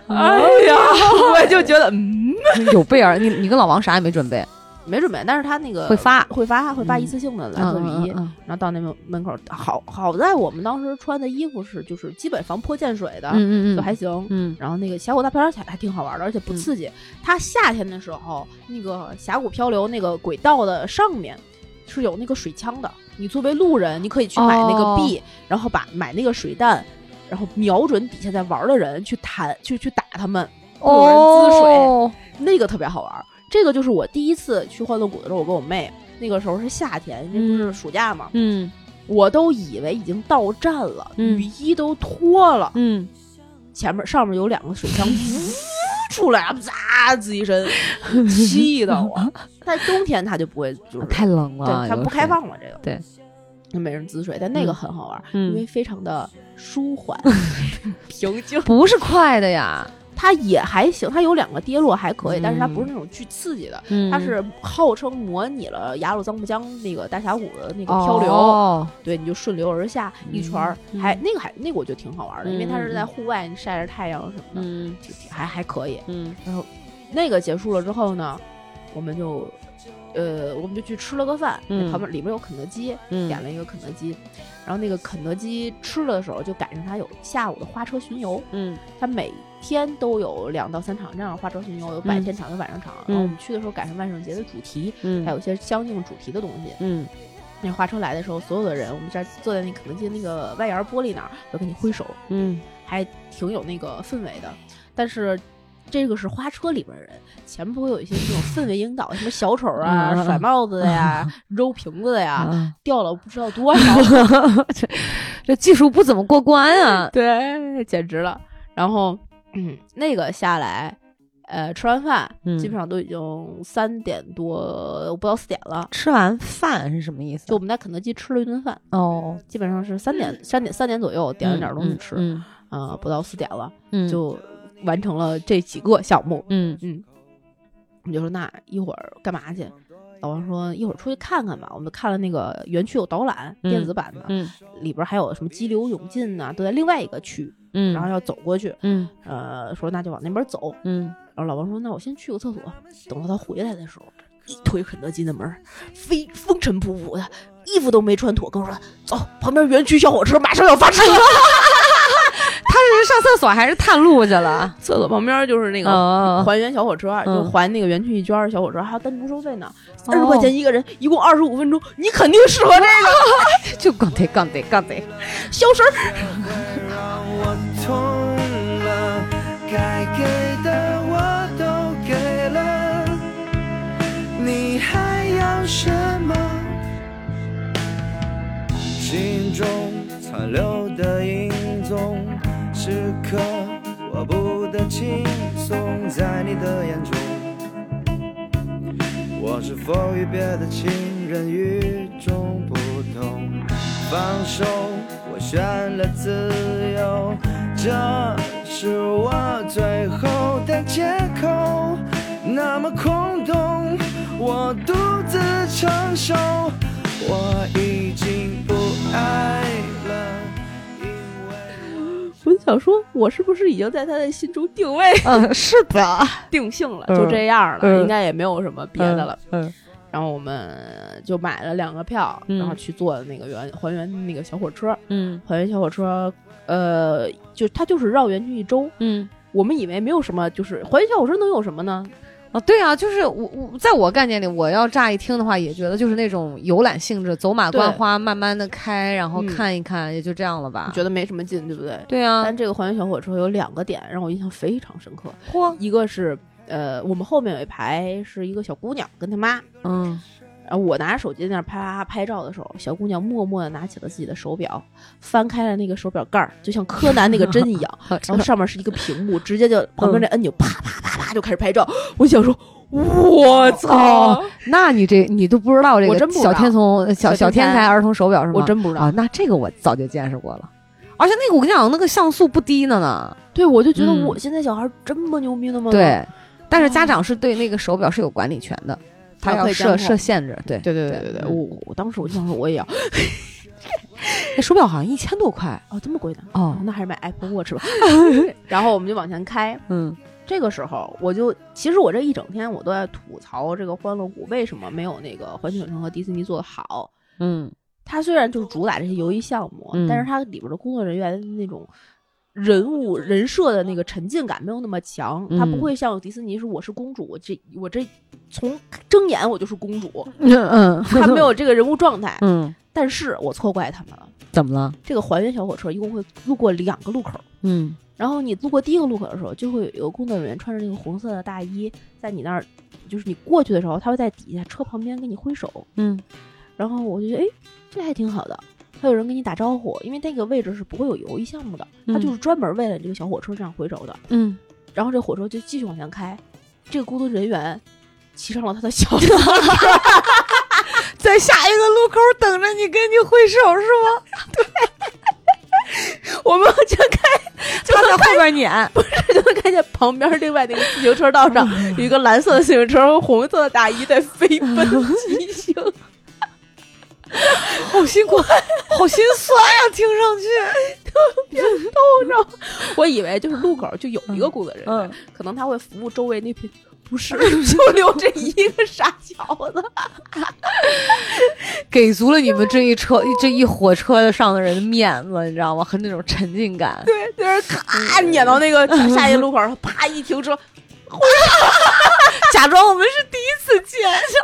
哎呀，我就觉得嗯， 有备而，你你跟老王啥也没准备， 没准备，但是他那个会发会发会发一次性的蓝色雨衣， 嗯嗯嗯然后到那门门口，好好在我们当时穿的衣服是就是基本防泼溅水的， 嗯嗯嗯， 就还行。 嗯然后那个峡谷大漂流起来还挺好玩的，而且不刺激。它夏天的时候，那个峡谷漂流那个轨道的上面是有那个水枪的，你作为路人，你可以去买那个币， 哦然后把买那个水弹，然后瞄准底下在玩的人去弹，去去打他们，有人滋水， 哦那个特别好玩。这个就是我第一次去欢乐谷的时候，我跟我妹，那个时候是夏天，那不是暑假嘛， 嗯我都以为已经到站了， 嗯雨衣都脱了， 嗯， 前面上面有两个水枪出来，咋滋一身，气得我。在冬天它就不会，就是太冷了， 对，它不开放嘛，这个对， 没人滋水，但那个很好玩， 嗯因为非常的舒缓、平静。 不是快的呀， 它也还行，它有两个跌落还可以， 嗯但是它不是那种巨刺激的， 嗯它是号称模拟了雅鲁藏布江那个大峡谷的那个漂流， 哦对，你就顺流而下一圈儿， 嗯还那个还那个我觉得挺好玩的，因为它是在嗯户外，你晒着太阳什么的， 嗯挺挺还还可以。 嗯然后那个结束了之后呢，我们就呃我们就去吃了个饭， 嗯旁边里面有肯德基， 嗯点了一个肯德基，然后那个肯德基吃了的时候就赶上它有下午的花车巡游， 嗯它每天都有两到三场这样的花车巡游，有白天场有晚上场。 嗯然后我们去的时候赶上万圣节的主题， 嗯， 还有一些相应主题的东西。 嗯那花车来的时候，所有的人，我们在坐在那肯德基那个外沿玻璃那儿，都跟你挥手， 嗯还挺有那个氛围的。但是这个是花车里边的人，前面不会有一些这种氛围引导，什么小丑啊、 嗯甩帽子的呀、揉瓶子的呀， 啊， 掉了不知道多少。 这这技术不怎么过关啊， 对，简直了。然后，嗯，那个下来，呃，吃完饭， 嗯基本上都已经三点多，不到四点了。 吃完饭是什么意思？ 就我们在肯德基吃了一顿饭， 哦， 基本上是三点、三点、三点左右点了点东西吃， 嗯啊、不到四点了， 嗯， 就完成了这几个项目。 嗯嗯，我们就说那一会儿干嘛去？老王说一会儿出去看看吧。我们就看了那个园区有导览， 嗯电子版的， 嗯里边还有什么激流勇进呐、都在另外一个区， 嗯， 然后要走过去。 嗯呃，说那就往那边走。 嗯然后老王说：“那我先去个厕所。”等到他回来的时候，一推肯德基的门，非风尘仆仆的，衣服都没穿妥，跟我说：“走，旁边园区小火车马上要发车。 他是上厕所还是探路去了？” 厕所旁边就是那个哦还原小火车， 嗯就还那个园区一圈儿小火车，还要单独收费呢，三十块钱一个人，一共二十五分钟，你肯定适合这个就杠得杠得杠得， 消食儿。 让我痛了，该给的我都给了，你还要什么？心中残留的影踪，时刻握不得轻松，在你的眼中，我是否与别的情人与众不同？放手，我选了自由，这是我最后的借口。那么空洞，我独自承受，我已经不爱了，因为我就想说，我是不是已经在他的心中定位嗯，是的， 定性了， 嗯就这样了， 嗯应该也没有什么别的了。 嗯然后我们就买了两个票， 嗯然后去坐那个园还原那个小火车。 嗯还原小火车，呃，就它就是绕园区一周。 嗯。 我们以为没有什么，就是还原小火车能有什么呢？ 啊，对啊，就是我我在我概念里，我要乍一听的话，也觉得就是那种游览性质，走马观花，慢慢的开，然后嗯看一看，也就这样了吧？ 你觉得没什么劲，对不对？ 对啊， 但这个还原小火车有两个点让我印象非常深刻， 嚯， 一个是呃，我们后面有一排是一个小姑娘跟她妈。 嗯然后我拿着手机在那儿啪啪啪拍照的时候，小姑娘默默地拿起了自己的手表，翻开了那个手表盖儿，就像柯南那个针一样，然后上面是一个屏幕，直接就旁边那按钮啪啪啪啪就开始拍照。我想说，我操！ 哦，那你这你都不知道这个我真不知道小天从小小小天才天才儿童手表是吗？ 我真不知道啊，那这个我早就见识过了，而且那个我跟你讲，那个像素不低呢呢。 对，我就觉得嗯我现在小孩这么牛逼的吗？ 对，但是家长是对那个手表是有管理权的，他他要设可以监控设限制。对对对对对对， 嗯我我当时我就想说我也要， 那手表好像一千多块哦，这么贵呢？ 哦， 那还是买 Apple Watch 吧。然后我们就往前开， 嗯， 这个时候我就其实我这一整天我都在吐槽这个欢乐谷为什么没有那个环球影城和迪士尼做的好。 嗯， 它虽然就是主打这些游艺项目， 嗯、 但是它里边的工作人员的那种人物人设的那个沉浸感没有那么强， 嗯、 它不会像迪士尼是我是公主，我这我这从睁眼我就是公主， 嗯嗯， 它没有这个人物状态。 嗯， 但是我错怪他们了。 怎么了？ 这个还原小火车一共会路过两个路口， 嗯， 然后你路过第一个路口的时候，就会有一个工作人员穿着那个红色的大衣，在你那儿，就是你过去的时候，他会在底下车旁边跟你挥手， 嗯， 然后我就觉得，哎，这还挺好的。还有人跟你打招呼，因为那个位置是不会有游艺项目的，它就是专门为了这个小火车这样回轴的。 嗯， 然后这火车就继续往前开，这个工作人员骑上了他的小车， 在下一个路口等着你，跟你挥手是吗？ 对，我们往前开， 就在后边撵， 不是就能看见旁边另外那个自行车道上有一个蓝色的自行车和红色的大衣在飞奔疾行。 好辛苦，好心酸呀、啊！听上去特别逗着。我以为就是路口就有一个工作人员， 嗯、 可能他会服务周围那片，不是，就留这一个傻小子， 给足了你们这一车这一火车上的人的面子，你知道吗？和那种沉浸感。 对，就是咔撵到那个下一个路口，啪一停车。 假装我们是第一次见，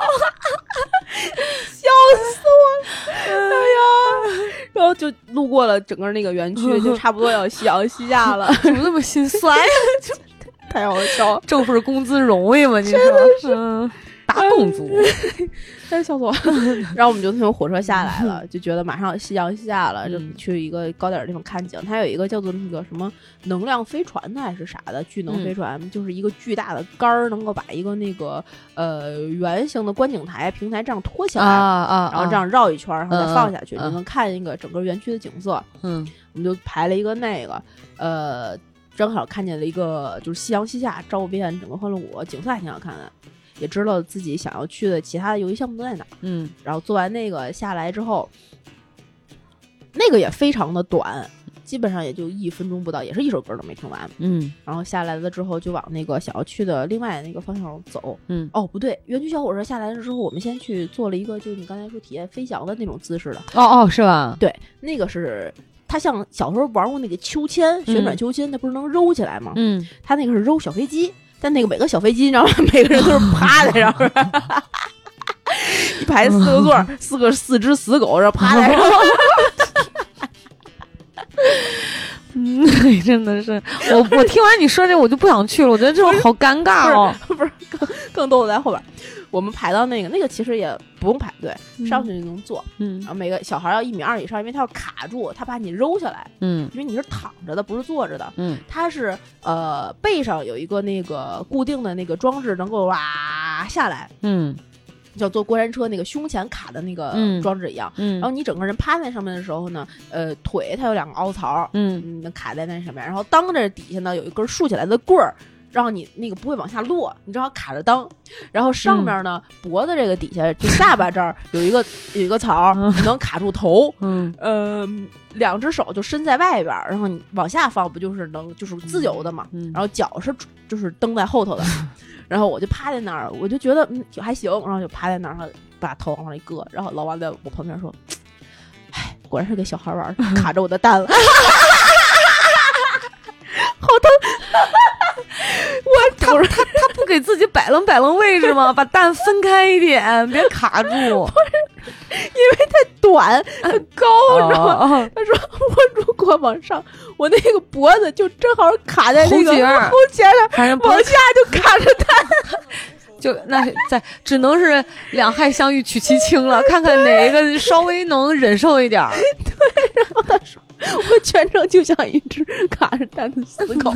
笑死我了！哎呀，然后就路过了整个那个园区，就差不多要夕阳西下了。 怎么那么心酸呀？ 太好笑了， 挣份工资容易吗？你说是嗯打工族， 真是笑死我了。然后我们就从火车下来了，就觉得马上夕阳西下了，就去一个高点的地方看景。它有一个叫做那个什么能量飞船的还是啥的巨能飞船，嗯、就是一个巨大的杆儿，能够把一个那个呃圆形的观景台平台这样托起来啊啊， 然后这样绕一圈，然后再放下去， 嗯、 就能看一个整个园区的景色。 嗯， 我们就排了一个那个呃。正好看见了一个就是夕阳西下照遍整个欢乐谷，景色还挺好看的，也知道自己想要去的其他的游戏项目都在哪。 嗯， 然后做完那个下来之后，那个也非常的短，基本上也就一分钟不到，也是一首歌都没听完。 嗯， 然后下来了之后就往那个想要去的另外那个方向走。 嗯， 哦不对，园区小火车下来了之后，我们先去做了一个就是你刚才说体验飞翔的那种姿势的。 哦哦，是吧？ 对，那个是。它像小时候玩过那个秋千，旋转秋千，它不是能揉起来吗？ 嗯， 它那个是揉小飞机，但那个每个小飞机，你知道吗？每个人都是趴在上面，一排四个座，四个四只死狗，然后趴在上面。 嗯，真的是，我我听完你说这，我就不想去了。我觉得这种好尴尬哦。 不是，不是更更逗的在后边。我们排到那个那个其实也不用排队， 嗯、 上去就能坐。 嗯， 然后每个小孩要一米二以上，因为他要卡住，他把你揉下来。 嗯， 因为你是躺着的，不是坐着的。 嗯， 它是呃背上有一个那个固定的那个装置，能够哇下来。 嗯。 叫坐过山车那个胸前卡的那个装置一样， 嗯， 然后你整个人趴在上面的时候呢，呃，腿它有两个凹槽， 嗯， 嗯，卡在那上面，然后当着底下呢有一根竖起来的棍儿，让你那个不会往下落，你正好卡着裆，然后上面呢、嗯、脖子这个底下就下巴这儿有一个有一个槽，嗯、你能卡住头， 嗯， 呃，两只手就伸在外边，然后你往下放不就是能就是自由的嘛， 嗯、 然后脚是就是蹬在后头的。然后我就趴在那儿，我就觉得嗯还行，然后就趴在那儿，然后把头往那一搁，然后老王在我旁边说：“哎，果然是给小孩玩，卡着我的蛋了，好疼！” 我他他他不给自己摆弄摆弄位置吗？把蛋分开一点，别卡住。 因为太短太高，你知道吗？他说我如果往上，我那个脖子就正好卡在那个后肩上，往下就卡着蛋。 就那在只能是两害相遇取其轻了，看看哪一个稍微能忍受一点。 对，然后他说我全程就像一只卡着蛋的死狗，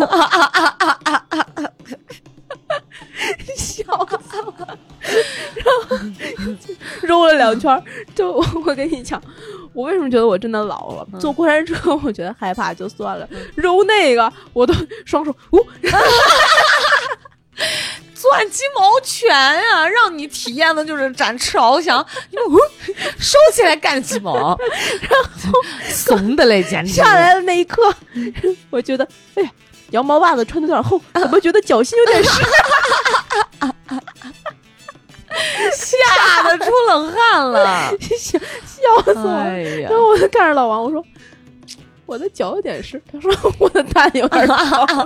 笑死我了。然后揉了两圈，就我跟你讲，我为什么觉得我真的老了？坐过山车我觉得害怕就算了，揉那个我都双手呜。 钻鸡毛拳呀、啊，让你体验的就是展翅翱翔，你们、呃、收起来干鸡毛，然后怂的嘞，简直下来的那一刻，我觉得，哎呀，羊毛袜子穿的有点厚，怎么觉得脚心有点湿？ 吓得出冷汗了， 笑笑死我！ 哎呀， 然后我就看着老王，我说我的脚有点湿，他说我的蛋有点高。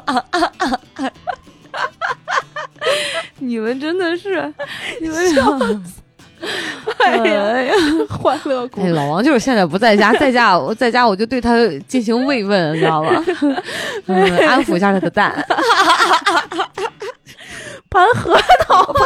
你们真的是，你们笑死！哎呀，哎呀，欢乐谷。 哎，老王就是现在不在家，在家我在家我就对他进行慰问，你知道吗？嗯，安抚一下他的蛋。 盘核桃吧。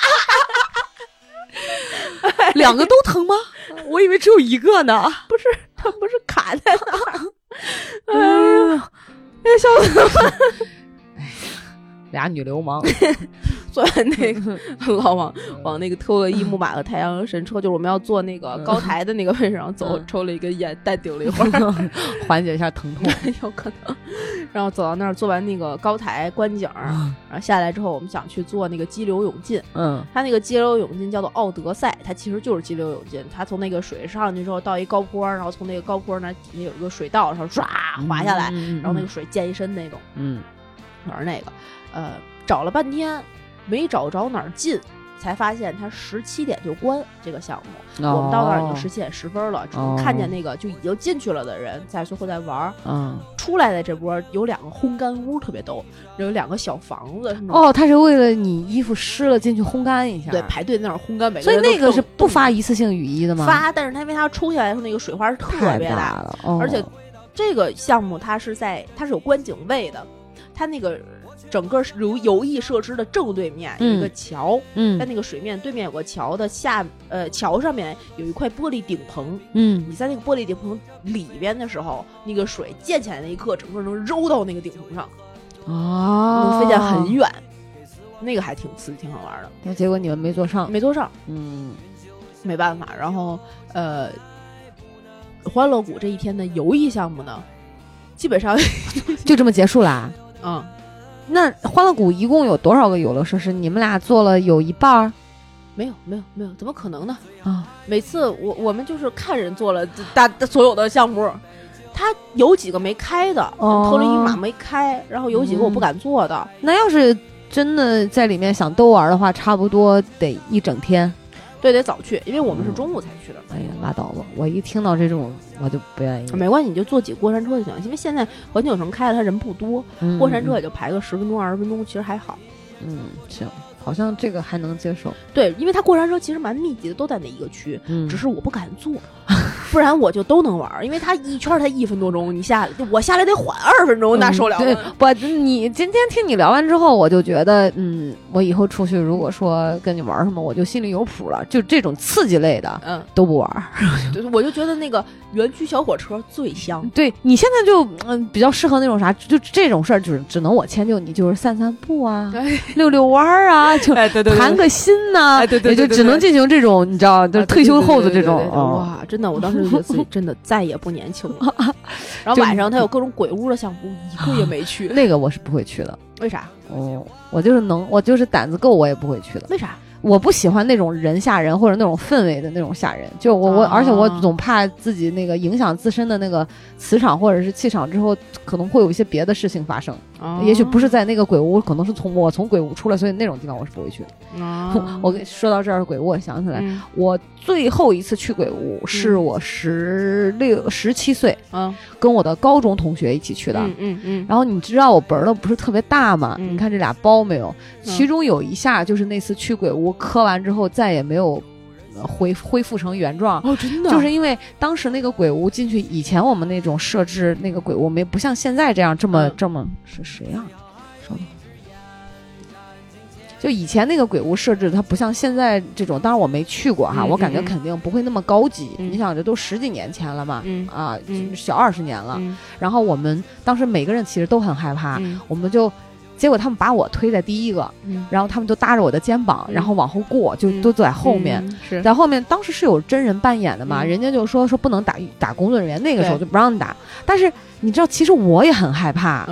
两个都疼吗？我以为只有一个呢。 不是，他不是卡在那儿。哎呀，哎，笑死了！ 俩女流氓。 坐完那个老王往那个特洛伊木马和太阳神车，就是我们要坐那个高台的那个位置上走，抽了一根烟，淡定了一会儿， 缓解一下疼痛， 有可能。然后走到那儿，做完那个高台观景，然后下来之后，我们想去做那个激流勇进。嗯，它那个激流勇进叫做奥德赛，它其实就是激流勇进。它从那个水上去之后到一高坡，然后从那个高坡那底下有一个水道，然后唰滑下来， 嗯、 然后那个水溅一身那种。 嗯， 玩那个，呃，找了半天。没找着哪儿进，才发现它十七点就关这个项目。哦、我们到那儿已经十七点十分了，只能看见那个就已经进去了的人在最后在玩。嗯，出来的这波有两个烘干屋，特别逗，有两个小房子。 哦，他是为了你衣服湿了进去烘干一下， 对，排队在那儿烘干。每个所以人那个是不发一次性雨衣的吗？ 发，但是它因为它抽起来的时候那个水花是特别大的， 哦、 而且这个项目它是在它是有观景位的，它那个。整个游游艺设施的正对面有一个桥，嗯，在那个水面对面有个桥的下，呃，桥上面有一块玻璃顶棚，嗯，你在那个玻璃顶棚里边的时候，那个水溅起来那一刻，整个能揉到那个顶棚上，哦，能飞见很远，那个还挺刺激，挺好玩的。 那结果你们没坐上， 没坐上， 嗯， 没办法。然后，呃，欢乐谷这一天的游艺项目呢，基本上就这么结束啦， 嗯。 那欢乐谷一共有多少个游乐设施？你们俩做了有一半儿？ 没有，没有，没有，怎么可能呢？啊！每次我我们就是看人做了大所有的项目，他有几个没开的， 哦、 特洛伊马没开，然后有几个我不敢做的。 嗯、那要是真的在里面想都玩的话，差不多得一整天。 对，得早去，因为我们是中午才去的。 嗯、哎呀，拉倒吧！我一听到这种，我就不愿意。 没关系，你就坐几个过山车就行，因为现在环球影城开的，它人不多，嗯、过山车也就排个十分钟、二十分钟，其实还好。 嗯，行，好像这个还能接受。 对，因为它过山车其实蛮密集的，都在那一个区，嗯、只是我不敢坐，不然我就都能玩，因为它一圈才一分多钟，你下我下来得缓二十分钟，那受了。 对，不，你今天听你聊完之后，我就觉得，嗯，我以后出去如果说跟你玩什么，我就心里有谱了。就这种刺激类的，嗯，都不玩。 对，我就觉得那个园区小火车最香。 对，你现在就嗯比较适合那种啥，就这种事儿，就是只能我迁就你，就是散散步啊，溜溜弯儿啊，就谈个心呐， 哎，对对， 也就只能进行这种，你知道，就退休后的这种。 哇，真的，我当时就觉得自己真的再也不年轻了。然后晚上他有各种鬼屋的项目，一个也没去。 那个我是不会去的。 为啥？ 哦，我就是能，我就是胆子够，我也不会去的。 为啥？ 我不喜欢那种人吓人或者那种氛围的那种吓人，就我我，而且我总怕自己那个影响自身的那个磁场或者是气场之后，可能会有一些别的事情发生。哦、也许不是在那个鬼屋，可能是从我从鬼屋出来，所以那种地方我是不会去的。哦、我说到这儿鬼屋，我想起来，嗯、我最后一次去鬼屋是我十六十七岁，嗯，跟我的高中同学一起去的。 嗯嗯嗯。 然后你知道我本儿都不是特别大嘛？嗯、你看这俩包没有？其中有一下就是那次去鬼屋。磕完之后再也没有恢恢复成原状哦，真的， 就是因为当时那个鬼屋进去，以前我们那种设置那个鬼屋没不像现在这样这么、嗯、这么是谁啊？稍等，就以前那个鬼屋设置，它不像现在这种，当然我没去过哈，嗯、我感觉肯定不会那么高级。嗯、你想，这都十几年前了嘛，嗯、啊，嗯、小二十年了。嗯、然后我们当时每个人其实都很害怕，嗯、我们就。结果他们把我推在第一个，嗯、然后他们就搭着我的肩膀，嗯、然后往后过，就都在后面。 嗯、是在后面，当时是有真人扮演的嘛，嗯、人家就说说不能打打工作人员，那个时候就不让打。但是你知道，其实我也很害怕。嗯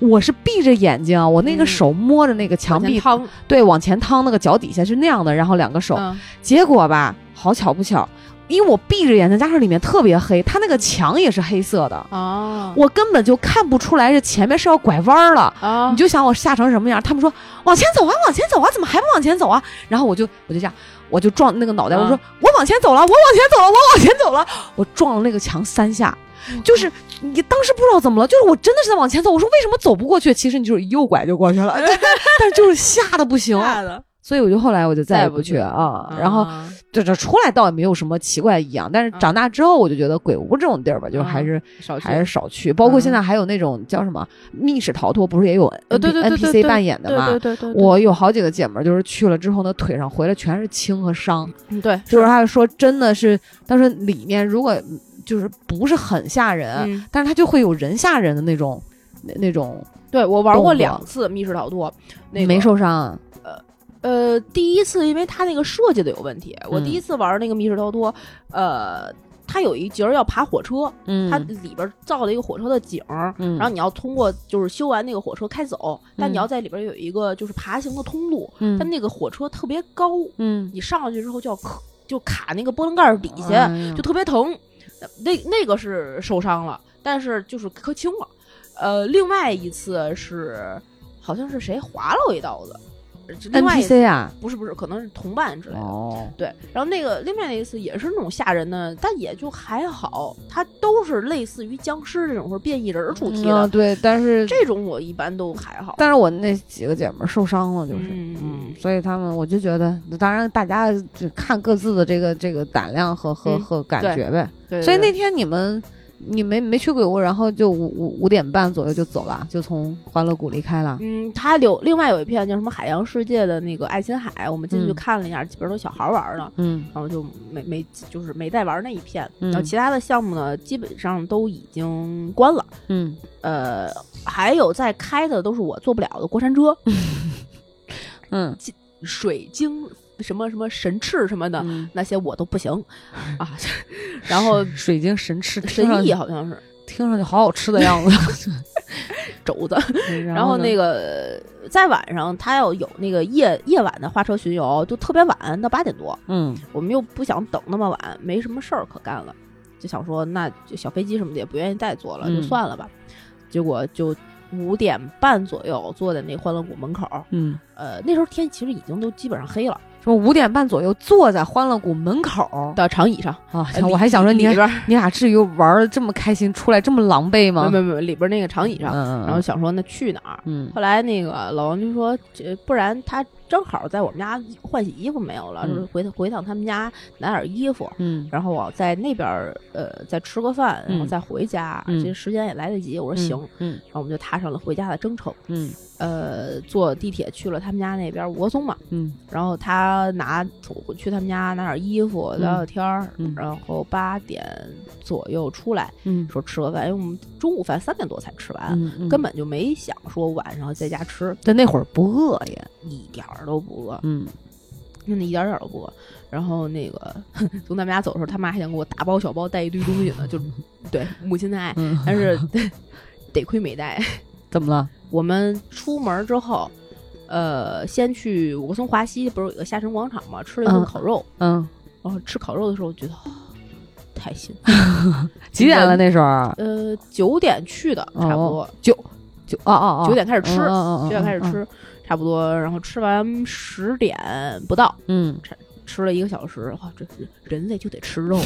我是闭着眼睛，我那个手摸着那个墙壁， 趟对，往前趟，那个脚底下是那样的，然后两个手， 嗯、 结果吧，好巧不巧，因为我闭着眼睛，加上里面特别黑，它那个墙也是黑色的啊， 我根本就看不出来这前面是要拐弯了啊！ 你就想我吓成什么样？他们说往前走啊，往前走啊，怎么还不往前走啊？然后我就我就这样，我就撞那个脑袋，啊、我说我往前走了，我往前走了，我往前走了，我撞了那个墙三下。就是你当时不知道怎么了，就是我真的是在往前走，我说为什么走不过去？其实你就是右拐就过去了，但是就是吓得不行，吓的。所以我就后来我就再也不去啊。然后这这出来倒也没有什么奇怪异样，但是长大之后我就觉得鬼屋这种地儿吧，就还是还是少去。包括现在还有那种叫什么密室逃脱，不是也有 N P C 扮演的嘛？ 对对对。 我有好几个姐妹就是去了之后呢，腿上回来全是青和伤。 嗯，对， 就是她说真的是，但是里面如果就是不是很吓人， 嗯、 但是它就会有人吓人的那种那那种。 对，我玩过两次密室逃脱，那个、 没受伤。 呃呃，第一次因为它那个设计的有问题，我第一次玩那个密室逃脱，呃，它有一节要爬火车， 嗯， 它里边造了一个火车的景， 嗯， 然后你要通过就是修完那个火车开走，嗯、但你要在里边有一个就是爬行的通路， 嗯， 但那个火车特别高， 嗯， 你上去之后就要就卡那个波棱盖底下， 哎、 就特别疼。那那个是受伤了，但是就是磕轻了。呃，另外一次是好像是谁划了我一刀子 ，N P C 啊， 不是不是，可能是同伴之类的。 哦， 对，然后那个另外那一次也是那种吓人的，但也就还好，它都是类似于僵尸这种或者变异人主题的。 嗯、对，但是这种我一般都还好。 但是我那几个姐妹受伤了，就是嗯嗯，所以他们我就觉得，当然大家就看各自的这个这个胆量和和、嗯、和感觉呗。 对， 所以那天你们。你没没去鬼屋，然后就五五五点半左右就走了，就从欢乐谷离开了。 嗯，它有另外有一片叫什么海洋世界的那个爱琴海，我们进去看了一下，嗯、基本上都小孩玩的。 嗯， 然后就没没就是没再玩那一片。 嗯、 然后其他的项目呢，基本上都已经关了。 嗯， 呃，还有在开的都是我坐不了的过山车。 嗯， 水晶。什么什么神翅什么的、 嗯、 那些我都不行啊，然后水晶神翅神翼好像是听上去好好吃的样子， 肘子。 然然后那个在晚上，他要有那个夜夜晚的花车巡游，就特别晚，到八点多。 嗯， 我们又不想等那么晚，没什么事儿可干了，就想说那就小飞机什么的也不愿意再坐了， 嗯、 就算了吧。结果就五点半左右坐在那欢乐谷门口。 嗯， 呃，那时候天其实已经都基本上黑了。 说五点半左右坐在欢乐谷门口的长椅上啊，我还想说你里边你俩至于玩的这么开心，出来这么狼狈吗？ 没没没，里边那个长椅上， 嗯、 然后想说那去哪儿？ 嗯， 后来那个老王就说，这不然他正好在我们家换洗衣服没有了， 嗯、 说回回趟他们家拿点衣服， 嗯， 然后我在那边呃再吃个饭，然后再回家， 嗯、 这时间也来得及。我说行， 嗯， 然后我们就踏上了回家的征程， 嗯， 呃，坐地铁去了他们家那边五棵松嘛， 嗯， 然后他拿去他们家拿点衣服聊聊天儿， 嗯， 然后八点左右出来， 嗯， 说吃个饭，因为我们中午饭三点多才吃完， 嗯嗯、 根本就没想说晚上在家吃。 但那会儿不饿也， 一点儿都不饿， 嗯， 真的一点点都不饿。然后那个从他们家走的时候，他妈还想给我大包小包带一堆东西呢，就对母亲的爱， 嗯、 但是得亏没带。 怎么了？ 我们出门之后。呃，先去五棵松华西，不是有个下沉广场嘛？吃了一顿烤肉， 嗯， 然后吃烤肉的时候，觉得、哦、太幸福。 几点了那时候？ 呃，九点去的，差不多九九哦哦哦， 九点开始吃，九、 哦、 点开始吃，差不多，然后吃完十点不到， 嗯， 吃吃了一个小时，哇，这人类就得吃肉。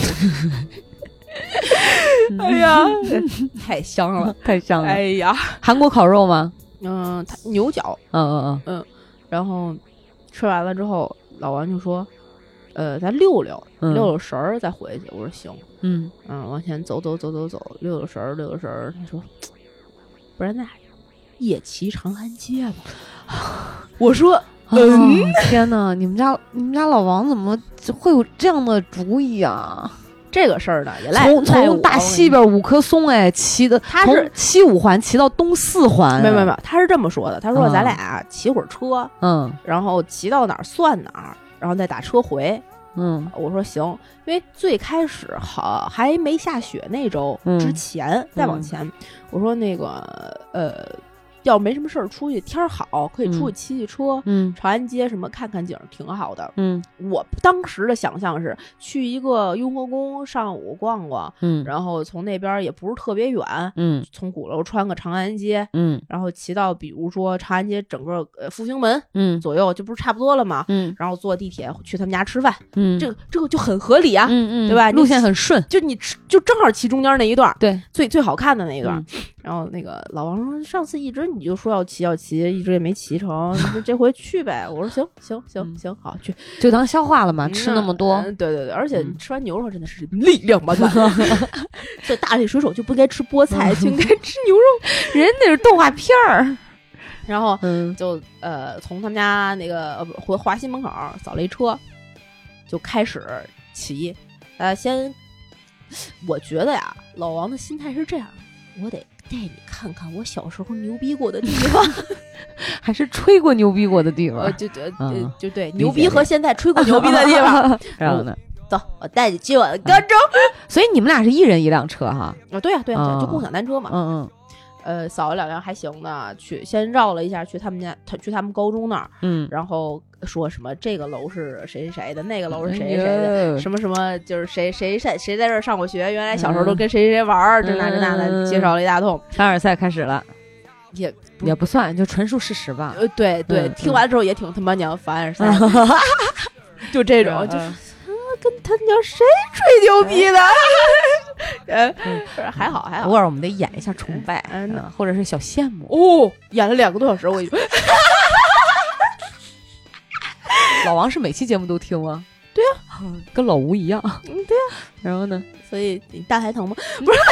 哎呀，太香了， 太香了！ 哎呀， 韩国烤肉吗？ 嗯，他牛角， 嗯嗯嗯嗯，然后吃完了之后，老王就说：“呃，咱溜溜， 嗯、 溜溜神儿再回去。”我说：“行。” 嗯嗯，往前走走走走走，溜溜神儿，溜溜神儿。他说：“不然那样，夜骑长安街吧。”我说：“嗯、 哦，天哪！你们家你们家老王怎么会有这样的主意啊？” 这个事儿呢，也赖从从大西边五棵松哎骑的， 他是西五环骑到东四环， 没没没，他是这么说的，他说咱俩骑会儿车， 嗯， 然后骑到哪儿算哪儿，然后再打车回， 嗯， 我说行，因为最开始好还没下雪那周之前， 嗯、 再往前，嗯、我说那个呃。 要没什么事儿出去，天儿好可以出去骑骑车， 嗯， 长安街什么看看景挺好的。 嗯， 我当时的想象是去一个雍和宫上午逛逛， 嗯， 然后从那边也不是特别远， 嗯， 从鼓楼穿个长安街， 嗯， 然后骑到比如说长安街整个呃复兴门， 嗯， 左右，这不是差不多了吗？ 嗯， 然后坐地铁去他们家吃饭， 嗯， 这个这个就很合理啊， 嗯嗯， 对吧？ 路线很顺， 就你吃就正好骑中间那一段， 对， 最最好看的那一段。 嗯然后那个老王说，上次一直你就说要骑要骑，一直也没骑成，你说这回去呗。我说行行行行，好去， 就当消化了嘛，吃那么多。 嗯对对对，而且你吃完牛肉真的是力量满满。这大力水手就不应该吃菠菜，就应该吃牛肉。 人那是动画片儿。 然后嗯， 就呃从他们家那个呃回华西门口扫了一车，就开始骑。呃，先我觉得呀，老王的心态是这样，我得带你看看我小时候牛逼过的地方， 还是吹过牛逼过的地方， 呃，就就嗯就对，牛逼和现在吹过牛逼的地方。 然后呢， 走，我带你去我的高中。 所以你们俩是一人一辆车哈？ 啊，对呀对呀， 嗯就共享单车嘛。 嗯嗯呃，扫了两辆还行的，去先绕了一下，去他们家，他去他们高中那儿， 嗯， 然后说什么这个楼是谁谁谁的，那个楼是谁谁谁哎的， 呦什么什么就是谁谁谁谁在这儿上过学，原来小时候都跟谁谁谁玩儿，这那这那的，介绍了一大通。 凡尔赛开始了， 也也不算，就纯属事实吧。 呃，对对， 嗯听完之后也挺他妈娘凡尔赛，就这种就是。跟他娘谁吹牛逼的？呃，还好还好， 偶尔我们得演一下崇拜， 嗯嗯，或者是小羡慕。 哦，演了两个多小时，我老王是每期节目都听吗？ 对啊，跟老吴一样。 嗯，对啊。 然后呢？ 所以你大还疼吗？不是。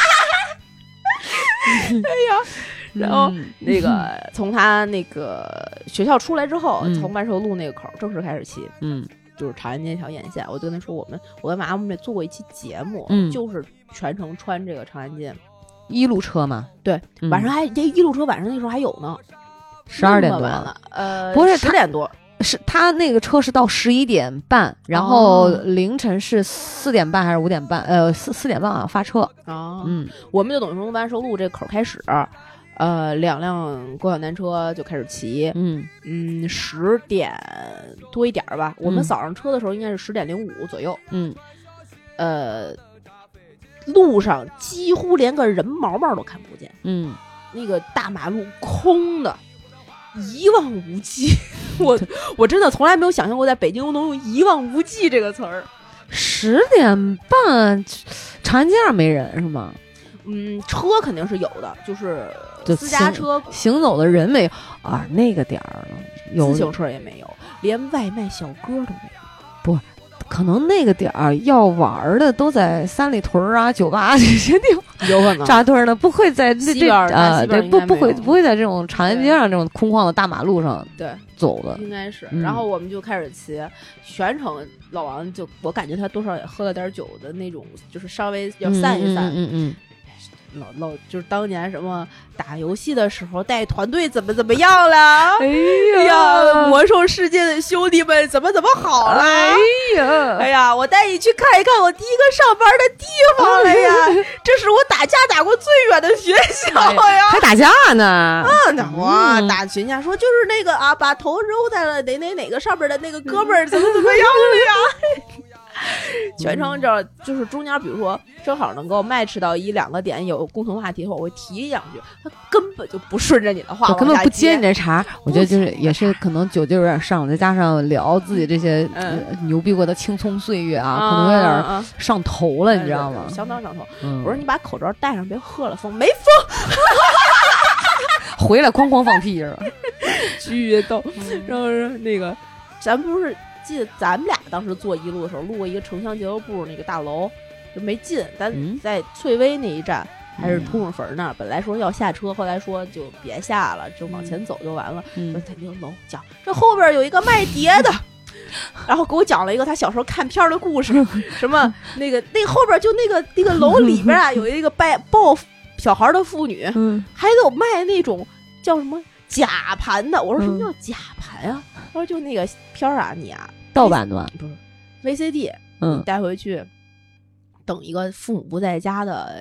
哎呀，然后那个从他那个学校出来之后， 嗯从万寿路那个口正式开始骑， 嗯就是长安街那条沿线。我就跟他说，我们我跟马我们也做过一期节目， 嗯就是全程穿这个长安街。 一路车嘛， 对， 嗯晚上还这一路车晚上那时候还有呢， 十二点多那么晚了，呃， 不是十点多。 是他那个车是到十一点半，然后凌晨是四点半还是五点半？呃，四四点半啊发车。 啊， 嗯， 我们就等于从万寿路这口开始，呃，两辆共享单车就开始骑， 嗯嗯，十点多一点儿吧。我们嗯扫上车的时候应该是十点零五左右， 嗯， 呃，路上几乎连个人毛毛都看不见， 嗯， 那个大马路空的，一望无际。我我真的从来没有想象过在北京能用一望无际这个词儿。 十点半，长安街上没人是吗？ 嗯，车肯定是有的，就是就私家车、 行走的人没有啊，那个点儿了，有自行车也没有，连外卖小哥都没有。 不，可能那个点儿要玩的都在三里屯啊、酒吧这些地方有可能扎堆呢，不会在这这西边儿啊， 西边儿对，不不会应该没有不会在这种长安街上这种空旷的大马路上对走的。 应该是。 嗯然后我们就开始骑，全程老王就我感觉他多少也喝了点酒的那种，就是稍微要散一散。 嗯嗯嗯老老就是当年什么打游戏的时候带团队怎么怎么样了？ 哎哎呀，魔兽世界的兄弟们怎么怎么好了？ 哎呀， 哎呀，我带你去看一看我第一个上班的地方了呀！这是我打架打过最远的学校呀！ 还打架呢？ 啊，那我嗯打群架说就是那个啊，把头揉在了哪哪哪个上边的那个哥们儿怎么怎么样了呀？全程这就是中间，比如说正好能够 match 到一两个点有共同话题的话，我会提两句，他根本就不顺着你的话， 我根本不接你这。 这茬。我觉得就是也是可能酒劲有点上，再加上聊自己这些、 嗯呃牛逼过的青葱岁月啊， 啊可能有点啊上头了，你知道吗？ 相当上头。 嗯， 我说你把口罩戴上，别喝了风，没风， 回来哐哐放屁是吧？ 巨逗。然后是那个，咱不是记得咱们俩当时坐一路的时候，路过一个城乡结合部那个大楼，就没进。咱嗯在翠微那一站。还是通润坟那儿，本来说要下车，后来说就别下了，就往前走就完了。 嗯说在那个楼讲，这后边有一个卖碟的，然后给我讲了一个他小时候看片儿的故事，什么那个那后边就那个那个楼里边啊，有一个抱抱小孩的妇女， 嗯还有卖那种叫什么假盘的。我说什么叫假盘啊？他说就那个片儿啊，你啊盗版的吧？ 不是 V C D， 嗯你带回去，等一个父母不在家的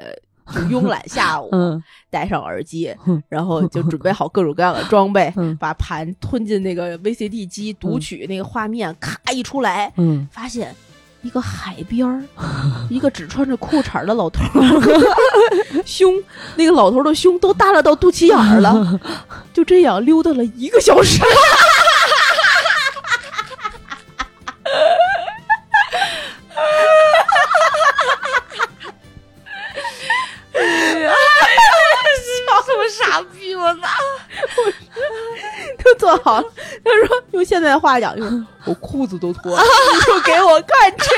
就慵懒下午， 嗯， 戴上耳机，然后就准备好各种各样的装备， 嗯把盘吞进那个 V C D 机，读取那个画面，咔一出来， 嗯， 发现一个海边儿，一个只穿着裤衩的老头儿，胸那个老头的胸都耷拉到肚脐眼儿了，就这样溜达了一个小时。 什么傻逼！我操！ 都做好了。他说用现在的话讲，就是我裤子都脱了，你就给我看这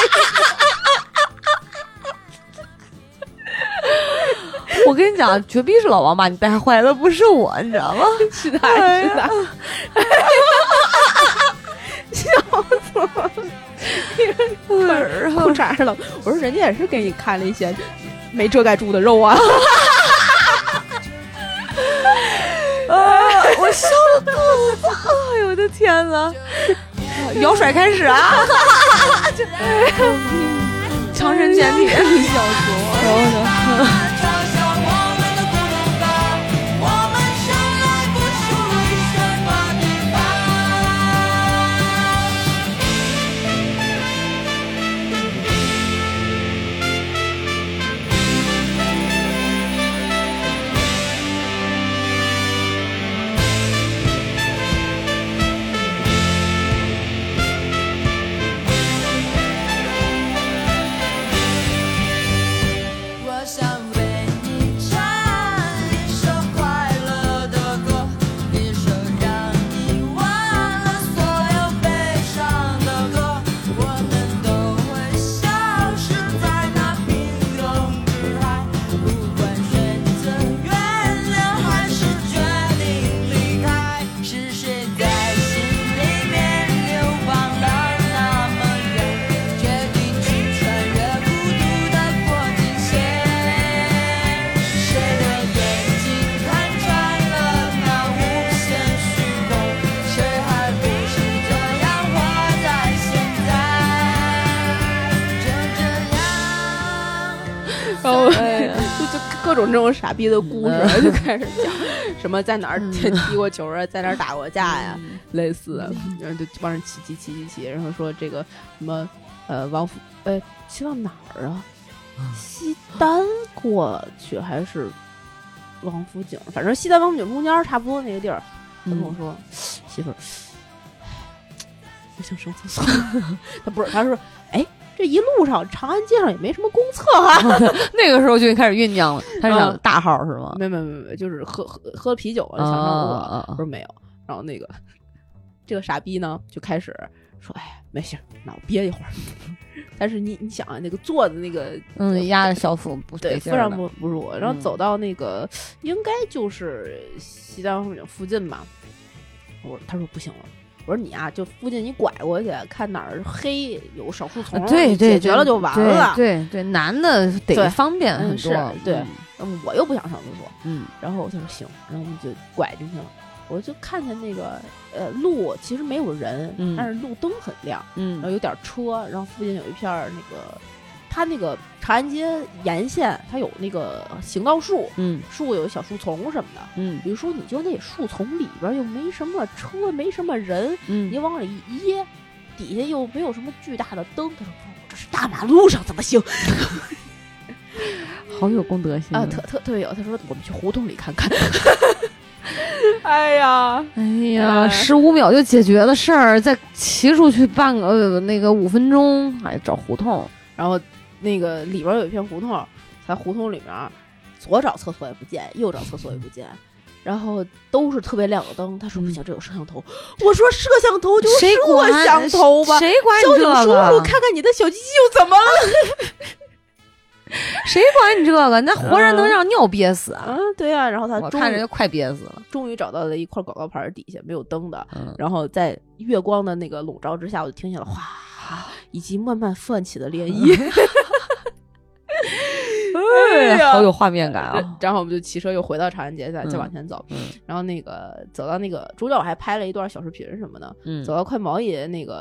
个。我跟你讲，绝逼是老王把你带坏了，不是我，你知道吗？ 是的，是的。笑死了！裤衩上了，我说人家也是给你看了一些没遮盖住的肉啊。 啊！我笑了肚子，哎呦我的天呐！摇甩开始啊！强身健体，笑死我！然后呢？ 各种这种傻逼的故事就开始讲，什么在哪儿踢过球啊，在哪儿打过架呀，类似的，然后就帮人骑骑骑骑骑，然后说这个什么呃王府呃骑到哪儿啊？西单过去还是王府井？反正西单王府井中间差不多那个地儿。他跟我说，媳妇儿，我想上厕所。他不是，他说，哎。这一路上长安街上也没什么公厕哈、啊， 那个时候就开始酝酿了。他是想大号是吗？ 没没没没，就是喝喝喝啤酒想上厕所。我说没有，然后那个这个傻逼呢就开始说：“哎呀，没事，那我憋一会儿。”但是你你想啊，那个坐的那个嗯压着小腹不对，非常不不住。然后走到那个、嗯、应该就是西单王府井附近吧。我他说不行了。我说你啊，就附近你拐过去，看哪儿黑有少数丛， 对对， 解决了就完了。 对 对, 对，男的得方便很多。 嗯、对、嗯，我又不想上厕所， 嗯， 然后他说行，然后我们就拐进去了。我就看见那个呃路其实没有人， 嗯、 但是路灯很亮， 嗯， 然后有点车，然后附近有一片那个。它那个长安街沿线，它有那个行道树， 嗯， 树有小树丛什么的， 嗯， 比如说你就那树丛里边又没什么车，没什么人， 嗯， 你往里一掖，底下又没有什么巨大的灯，他说这是大马路上怎么行？ 好有公德心啊，特特特别有。他说我们去胡同里看看。哎呀， 哎呀，十五秒就解决的事儿，再骑出去半个、呃、那个五分钟，还找胡同， 然后。那个里边有一片胡同，在胡同里面，左找厕所也不见，右找厕所也不见，然后都是特别亮的灯。他说不行，这有摄像头。我说摄像头就摄像头吧， 谁管你这个？ 交警叔叔看看你的小鸡鸡又怎么了？ 谁管你这个？那活人能让尿憋死啊？ 嗯，对啊。然后他我看人家快憋死了， 终于找到了一块广告牌底下没有灯的， 嗯、 然后在月光的那个笼罩之下，我就听见了哗。以及慢慢泛起的涟漪， 哎呀，好有画面感啊！ 然后我们就骑车又回到长安街，再再往前走， 嗯、 然后那个走到那个中间，我还拍了一段小视频什么的。 嗯， 走到快毛爷那个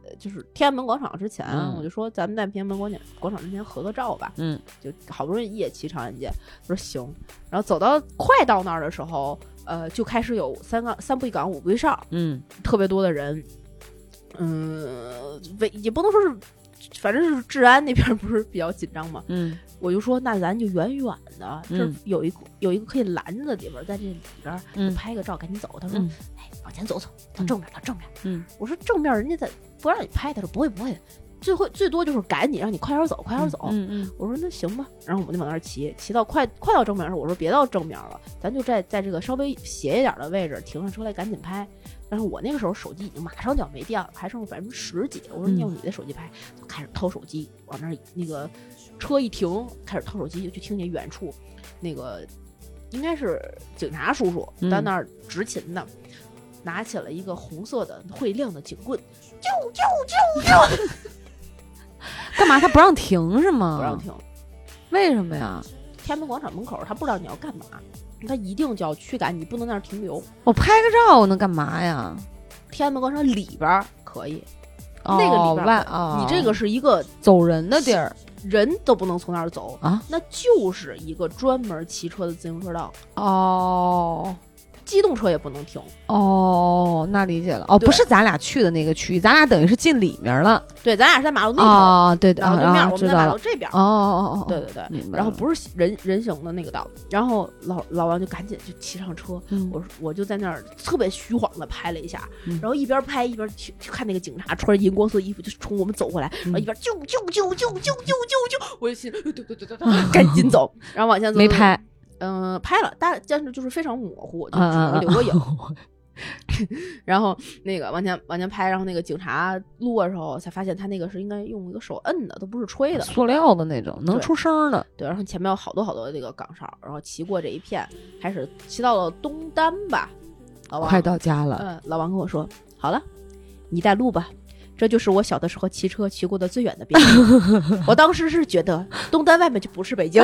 就是天安门广场之前， 嗯我就说咱们在天安门广场广场之前合个照吧。 嗯， 就好不容易夜骑长安街，我说行。然后走到快到那儿的时候，呃，就开始有三个三步一岗五步一哨， 嗯， 特别多的人。嗯，为也不能说是，反正是治安那边不是比较紧张嘛。 嗯， 我就说那咱就远远的，这嗯有一个有一个可以拦着的地方，在这里边嗯拍个照，赶紧走。他说：“ 嗯哎，往前走走，到正面，到正面。” 嗯， 我说正面人家在不让你拍，他说不会不会，最会最多就是赶紧让你快点走，快点走。 嗯嗯我说那行吧，然后我们就往那儿骑，骑到快快到正面的时候，我说别到正面了，咱就在在这个稍微斜一点的位置停上车来，赶紧拍。但是我那个时候手机已经马上就要没电了，还剩百分之十几。我说你用你的手机拍，就开始掏手机，往那儿那个车一停，开始掏手机，就听见远处那个应该是警察叔叔嗯在那儿执勤的，拿起了一个红色的会亮的警棍，啾啾啾啾， 干嘛他不让停是吗？ 不让停。 为什么呀？ 天安门广场门口，他不知道你要干嘛，他一定就要驱赶你，不能在那儿停留。 我拍个照能干嘛呀？ 天安门广场里边儿可以， 哦那个里边儿可以外哦， 你这个是一个走人的地儿人都不能从那儿走啊， 那就是一个专门骑车的自行车道， 哦。 机动车也不能停。 哦，那理解了。哦， 对不是咱俩去的那个区域，咱俩等于是进里面了。 对，咱俩是在马路那头， 哦，对对， 马路对面， 啊我们在马知道了。 路这边。 哦哦哦， 对对对， 明白了。 然后不是人人行的那个道，然后老老王就赶紧就骑上车， 嗯我我就在那儿特别虚晃的拍了一下， 嗯然后一边拍一边去去看那个警察穿着荧光色衣服就冲我们走过来，然后一边啾啾啾啾啾啾啾啾，我就心里对对对对对，赶紧走，然后往前走， 没拍， 嗯、拍了，但但是就是非常模糊，就嗯只能嗯留个影。然后那个往前往前拍，然后那个警察路过的时候才发现他那个是应该用一个手摁的，都不是吹的。 塑料的那种，能对出声的。 对，然后前面有好多好多的这个岗哨，然后骑过这一片，开始骑到了东单吧。老王快到家了。 嗯，老王跟我说：“好了，你带路吧。”这就是我小的时候骑车骑过的最远的边界。我当时是觉得东单外面就不是北京。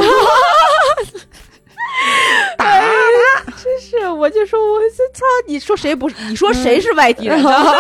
打他，真是，我就说，我就操，你说谁不是？你说谁是外地人？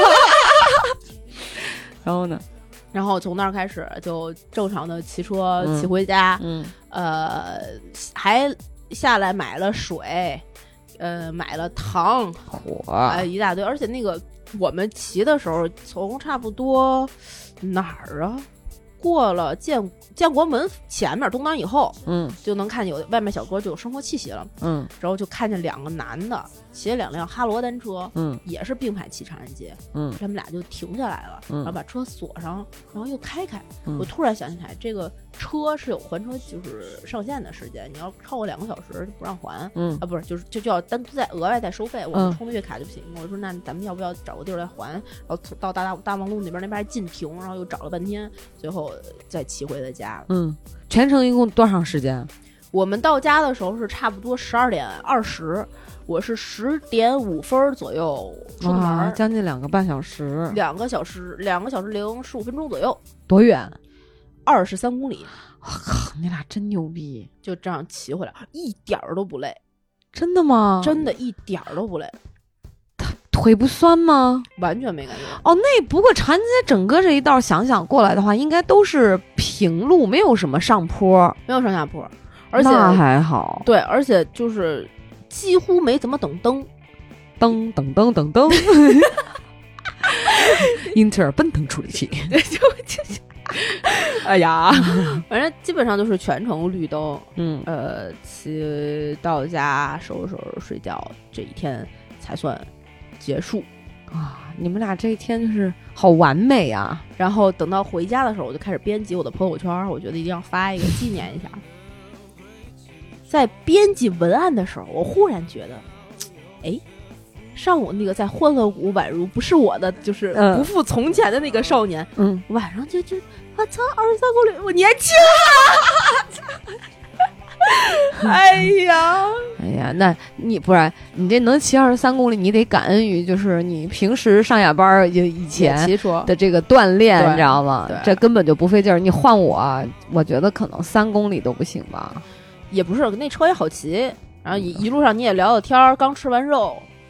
然后呢？ 然后从那儿开始就正常的骑车嗯骑回家， 嗯呃，还下来买了水，呃，买了糖， 火哎，一大堆。而且那个我们骑的时候，从差不多哪儿啊，过了建建国门前面东单以后， 嗯就能看有外卖小哥就有生活气息了。 嗯然后就看见两个男的骑了两辆哈罗单车， 嗯也是并排骑长安街， 嗯他们俩就停下来了， 嗯然后把车锁上，然后又开开。 嗯我突然想起来，这个车是有还车就是上限的时间，你要超过两个小时就不让还。 嗯啊，不是，就是就就要单独再额外再收费，我们嗯充的月卡就不行。我说那咱们要不要找个地儿来还？然后到大大大望路那边，那边还禁停，然后又找了半天，最后再骑回了家。 嗯，全程一共多长时间？ 我们到家的时候是差不多十二点二十，我是十点五分左右出的门哇， 儿， 将近两个半小时， 两个小时，两个小时零十五分钟左右， 多远？ 二十三公里， 你俩真牛逼！ 就这样骑回来，一点儿都不累， 真的吗？ 真的一点儿都不累， 腿不酸吗？ 完全没感觉。 哦，那不过长安街整个这一道想想过来的话，应该都是平路，没有什么上坡， 没有上下坡，而且那还好。 对，而且就是几乎没怎么等灯。 噔噔噔噔噔，英特尔奔腾处理器。 哎呀，反正基本上就是全程绿灯。 嗯呃，骑到家收拾收拾睡觉，这一天才算结束。 啊，你们俩这一天就是好完美啊！ 然后等到回家的时候，我就开始编辑我的朋友圈，我觉得一定要发一个纪念一下。在编辑文案的时候，我忽然觉得，哎，上午那个在欢乐谷宛如不是我的，就是嗯不复从前的那个少年， 嗯， 晚上就就我操，二十三公里，我年轻啊！哎呀， 哎呀，那你不然你这能骑二十三公里，你得感恩于就是你平时上下班儿以以前骑车的这个锻炼， 对你知道吗对？ 这根本就不费劲儿。你换我，我觉得可能三公里都不行吧。 也不是，那车也好骑，然后一一路上你也聊聊天儿，刚吃完肉，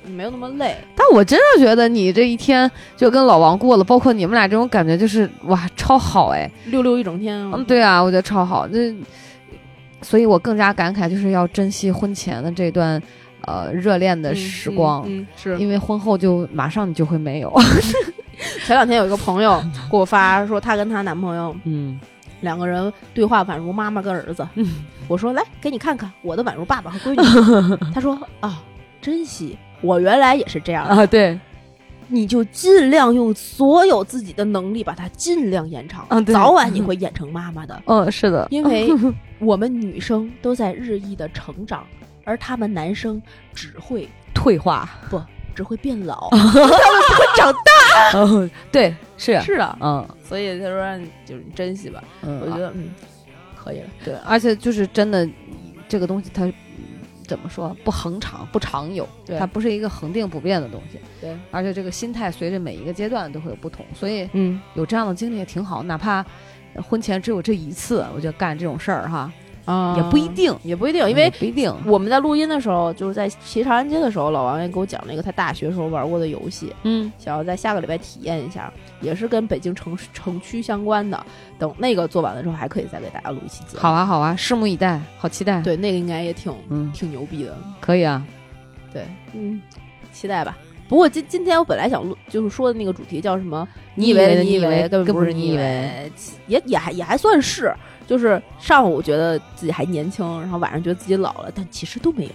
没有那么累。 但我真的觉得你这一天就跟老王过了，包括你们俩这种感觉，就是哇，超好哎， 溜溜一整天。 嗯，对啊，我觉得超好。这，所以我更加感慨，就是要珍惜婚前的这段呃热恋的时光， 嗯嗯嗯、是因为婚后就马上你就会没有。 前两天有一个朋友给我发说，她跟她男朋友， 嗯。 两个人对话宛如妈妈跟儿子。 嗯， 我说来给你看看我的宛如爸爸和闺女。他说啊，珍惜，我原来也是这样啊。对， 你就尽量用所有自己的能力把它尽量延长， 啊、 早晚你会演成妈妈的。 嗯，是的， 因为我们女生都在日益的成长，而他们男生只会退化， 不只会变老，他们不会长大。 哦，对，是是啊， 嗯， 所以他说就是珍惜吧， 嗯， 我觉得嗯可以了， 对，而且就是真的这个东西它怎么说不恒长不长有，它不是一个恒定不变的东西， 对， 而且这个心态随着每一个阶段都会有不同，所以嗯， 有这样的经历也挺好，哪怕婚前只有这一次，我觉得干这种事儿哈。 啊、 嗯，也不一定， 也不一定，因为不一定。 我们在录音的时候，就是在骑长安街的时候，老王也给我讲了一个他大学时候玩过的游戏， 嗯， 想要在下个礼拜体验一下，也是跟北京城城区相关的。等那个做完了之后，还可以再给大家录一期节目。 好啊，好啊，拭目以待，好期待。 对，那个应该也挺， 嗯， 挺牛逼的。 可以啊， 对，嗯，期待吧。不过今今天我本来想录，就是说的那个主题叫什么？你以为的，你以为根本不是你以为，也也还也还算是。就是上午觉得自己还年轻，然后晚上觉得自己老了，但其实都没有。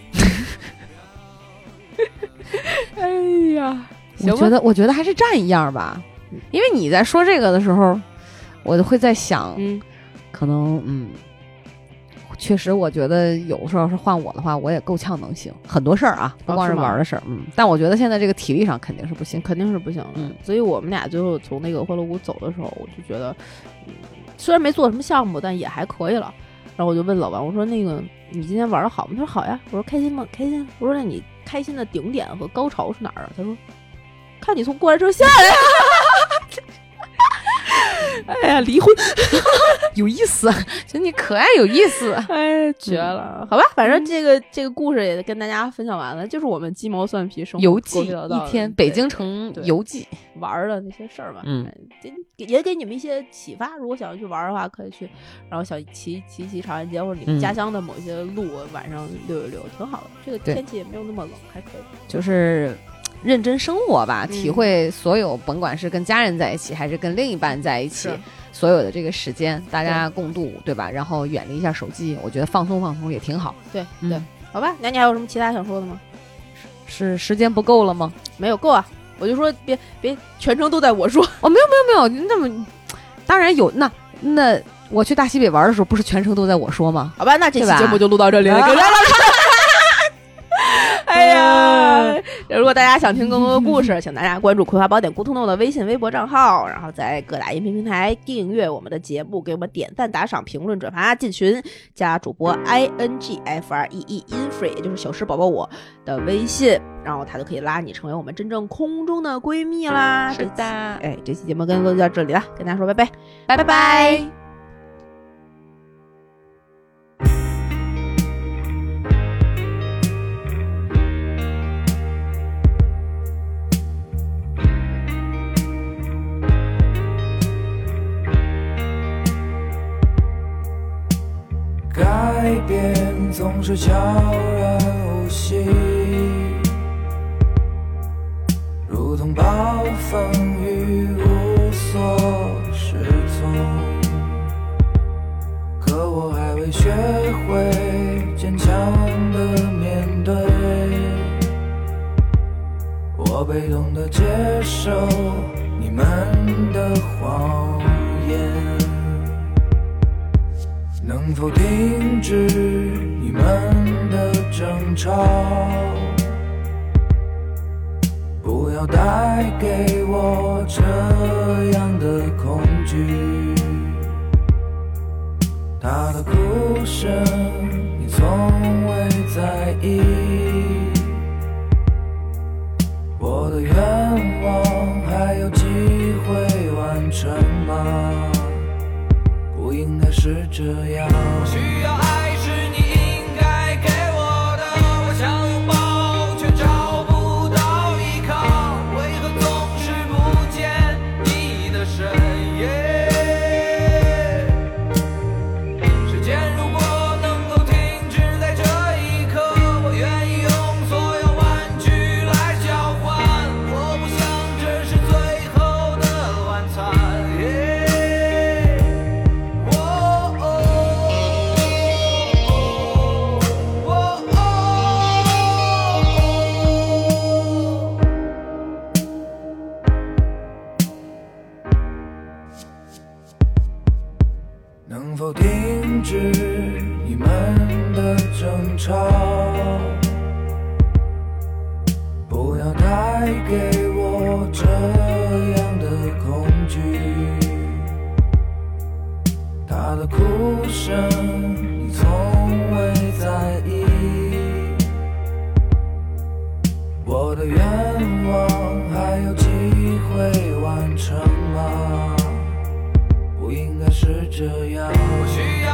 哎呀， 我觉得我觉得还是站一样吧，因为你在说这个的时候，我就会在想， 嗯， 可能嗯，确实我觉得有时候是换我的话，我也够呛能行很多事儿啊，不光是玩的事儿，嗯，但我觉得现在这个体力上肯定是不行， 肯定是不行了。 嗯， 所以我们俩最后从那个欢乐谷走的时候，我就觉得。嗯虽然没做什么项目，但也还可以了。然后我就问老王，我说那个你今天玩的好吗？他说好呀。我说开心吗？开心。我说那你开心的顶点和高潮是哪儿啊？他说看你从过来之后下来。哎呀，离婚有意思，就你可爱有意思， 哎，绝了！好吧，反正这个这个故事也跟大家分享完了，就是我们鸡毛蒜皮生活游记一天，北京城游记玩的那些事儿嘛， 嗯， 也给你们一些启发。如果想要去玩的话，可以去，然后想骑骑骑长安街或者你们家乡的某些路，晚上溜一溜，挺好的。这个天气也没有那么冷，还可以。 就是认真生活吧，体会所有，甭管是跟家人在一起，还是跟另一半在一起，所有的这个时间，大家共度，对吧？然后远离一下手机，我觉得放松放松也挺好。 对对，嗯、好吧，那你还有什么其他想说的吗？ 是时间不够了吗？ 没有够啊，我就说别别全程都在我说。 哦，没有没有没有，那么当然有，那那我去大西北玩的时候，不是全程都在我说吗？ 好吧，那这期节目就录到这里了，给大家。哎呀，如果大家想听更多的故事，请大家关注《葵花宝典》咕咚咚的微信、微博账号，然后在各大音频平台订阅我们的节目，给我们点赞、打赏、评论、转发、进群，加主播 I N G F R E E Infree， 也就是小诗宝宝我的微信，然后他就可以拉你成为我们真正空中的闺蜜啦。 是的， 哎，这期节目跟就到这里了，跟大家说拜拜， 拜拜拜。 改变总是悄然无息，如同暴风雨无所适从，可我还未学会坚强的面对，我被动的接受你们的谎言，能否停止你们的争吵？不要带给我这样的恐惧。他的哭声你从未在意，我的愿望还有机会完成吗？不应该是这样。我需要爱是你应该给我的，我想拥抱却找不到。 能否停止你们的争吵？不要带给我这样的恐惧。他的哭声你从未在意，我的愿望还有机会完成吗？不应该是这样。我需要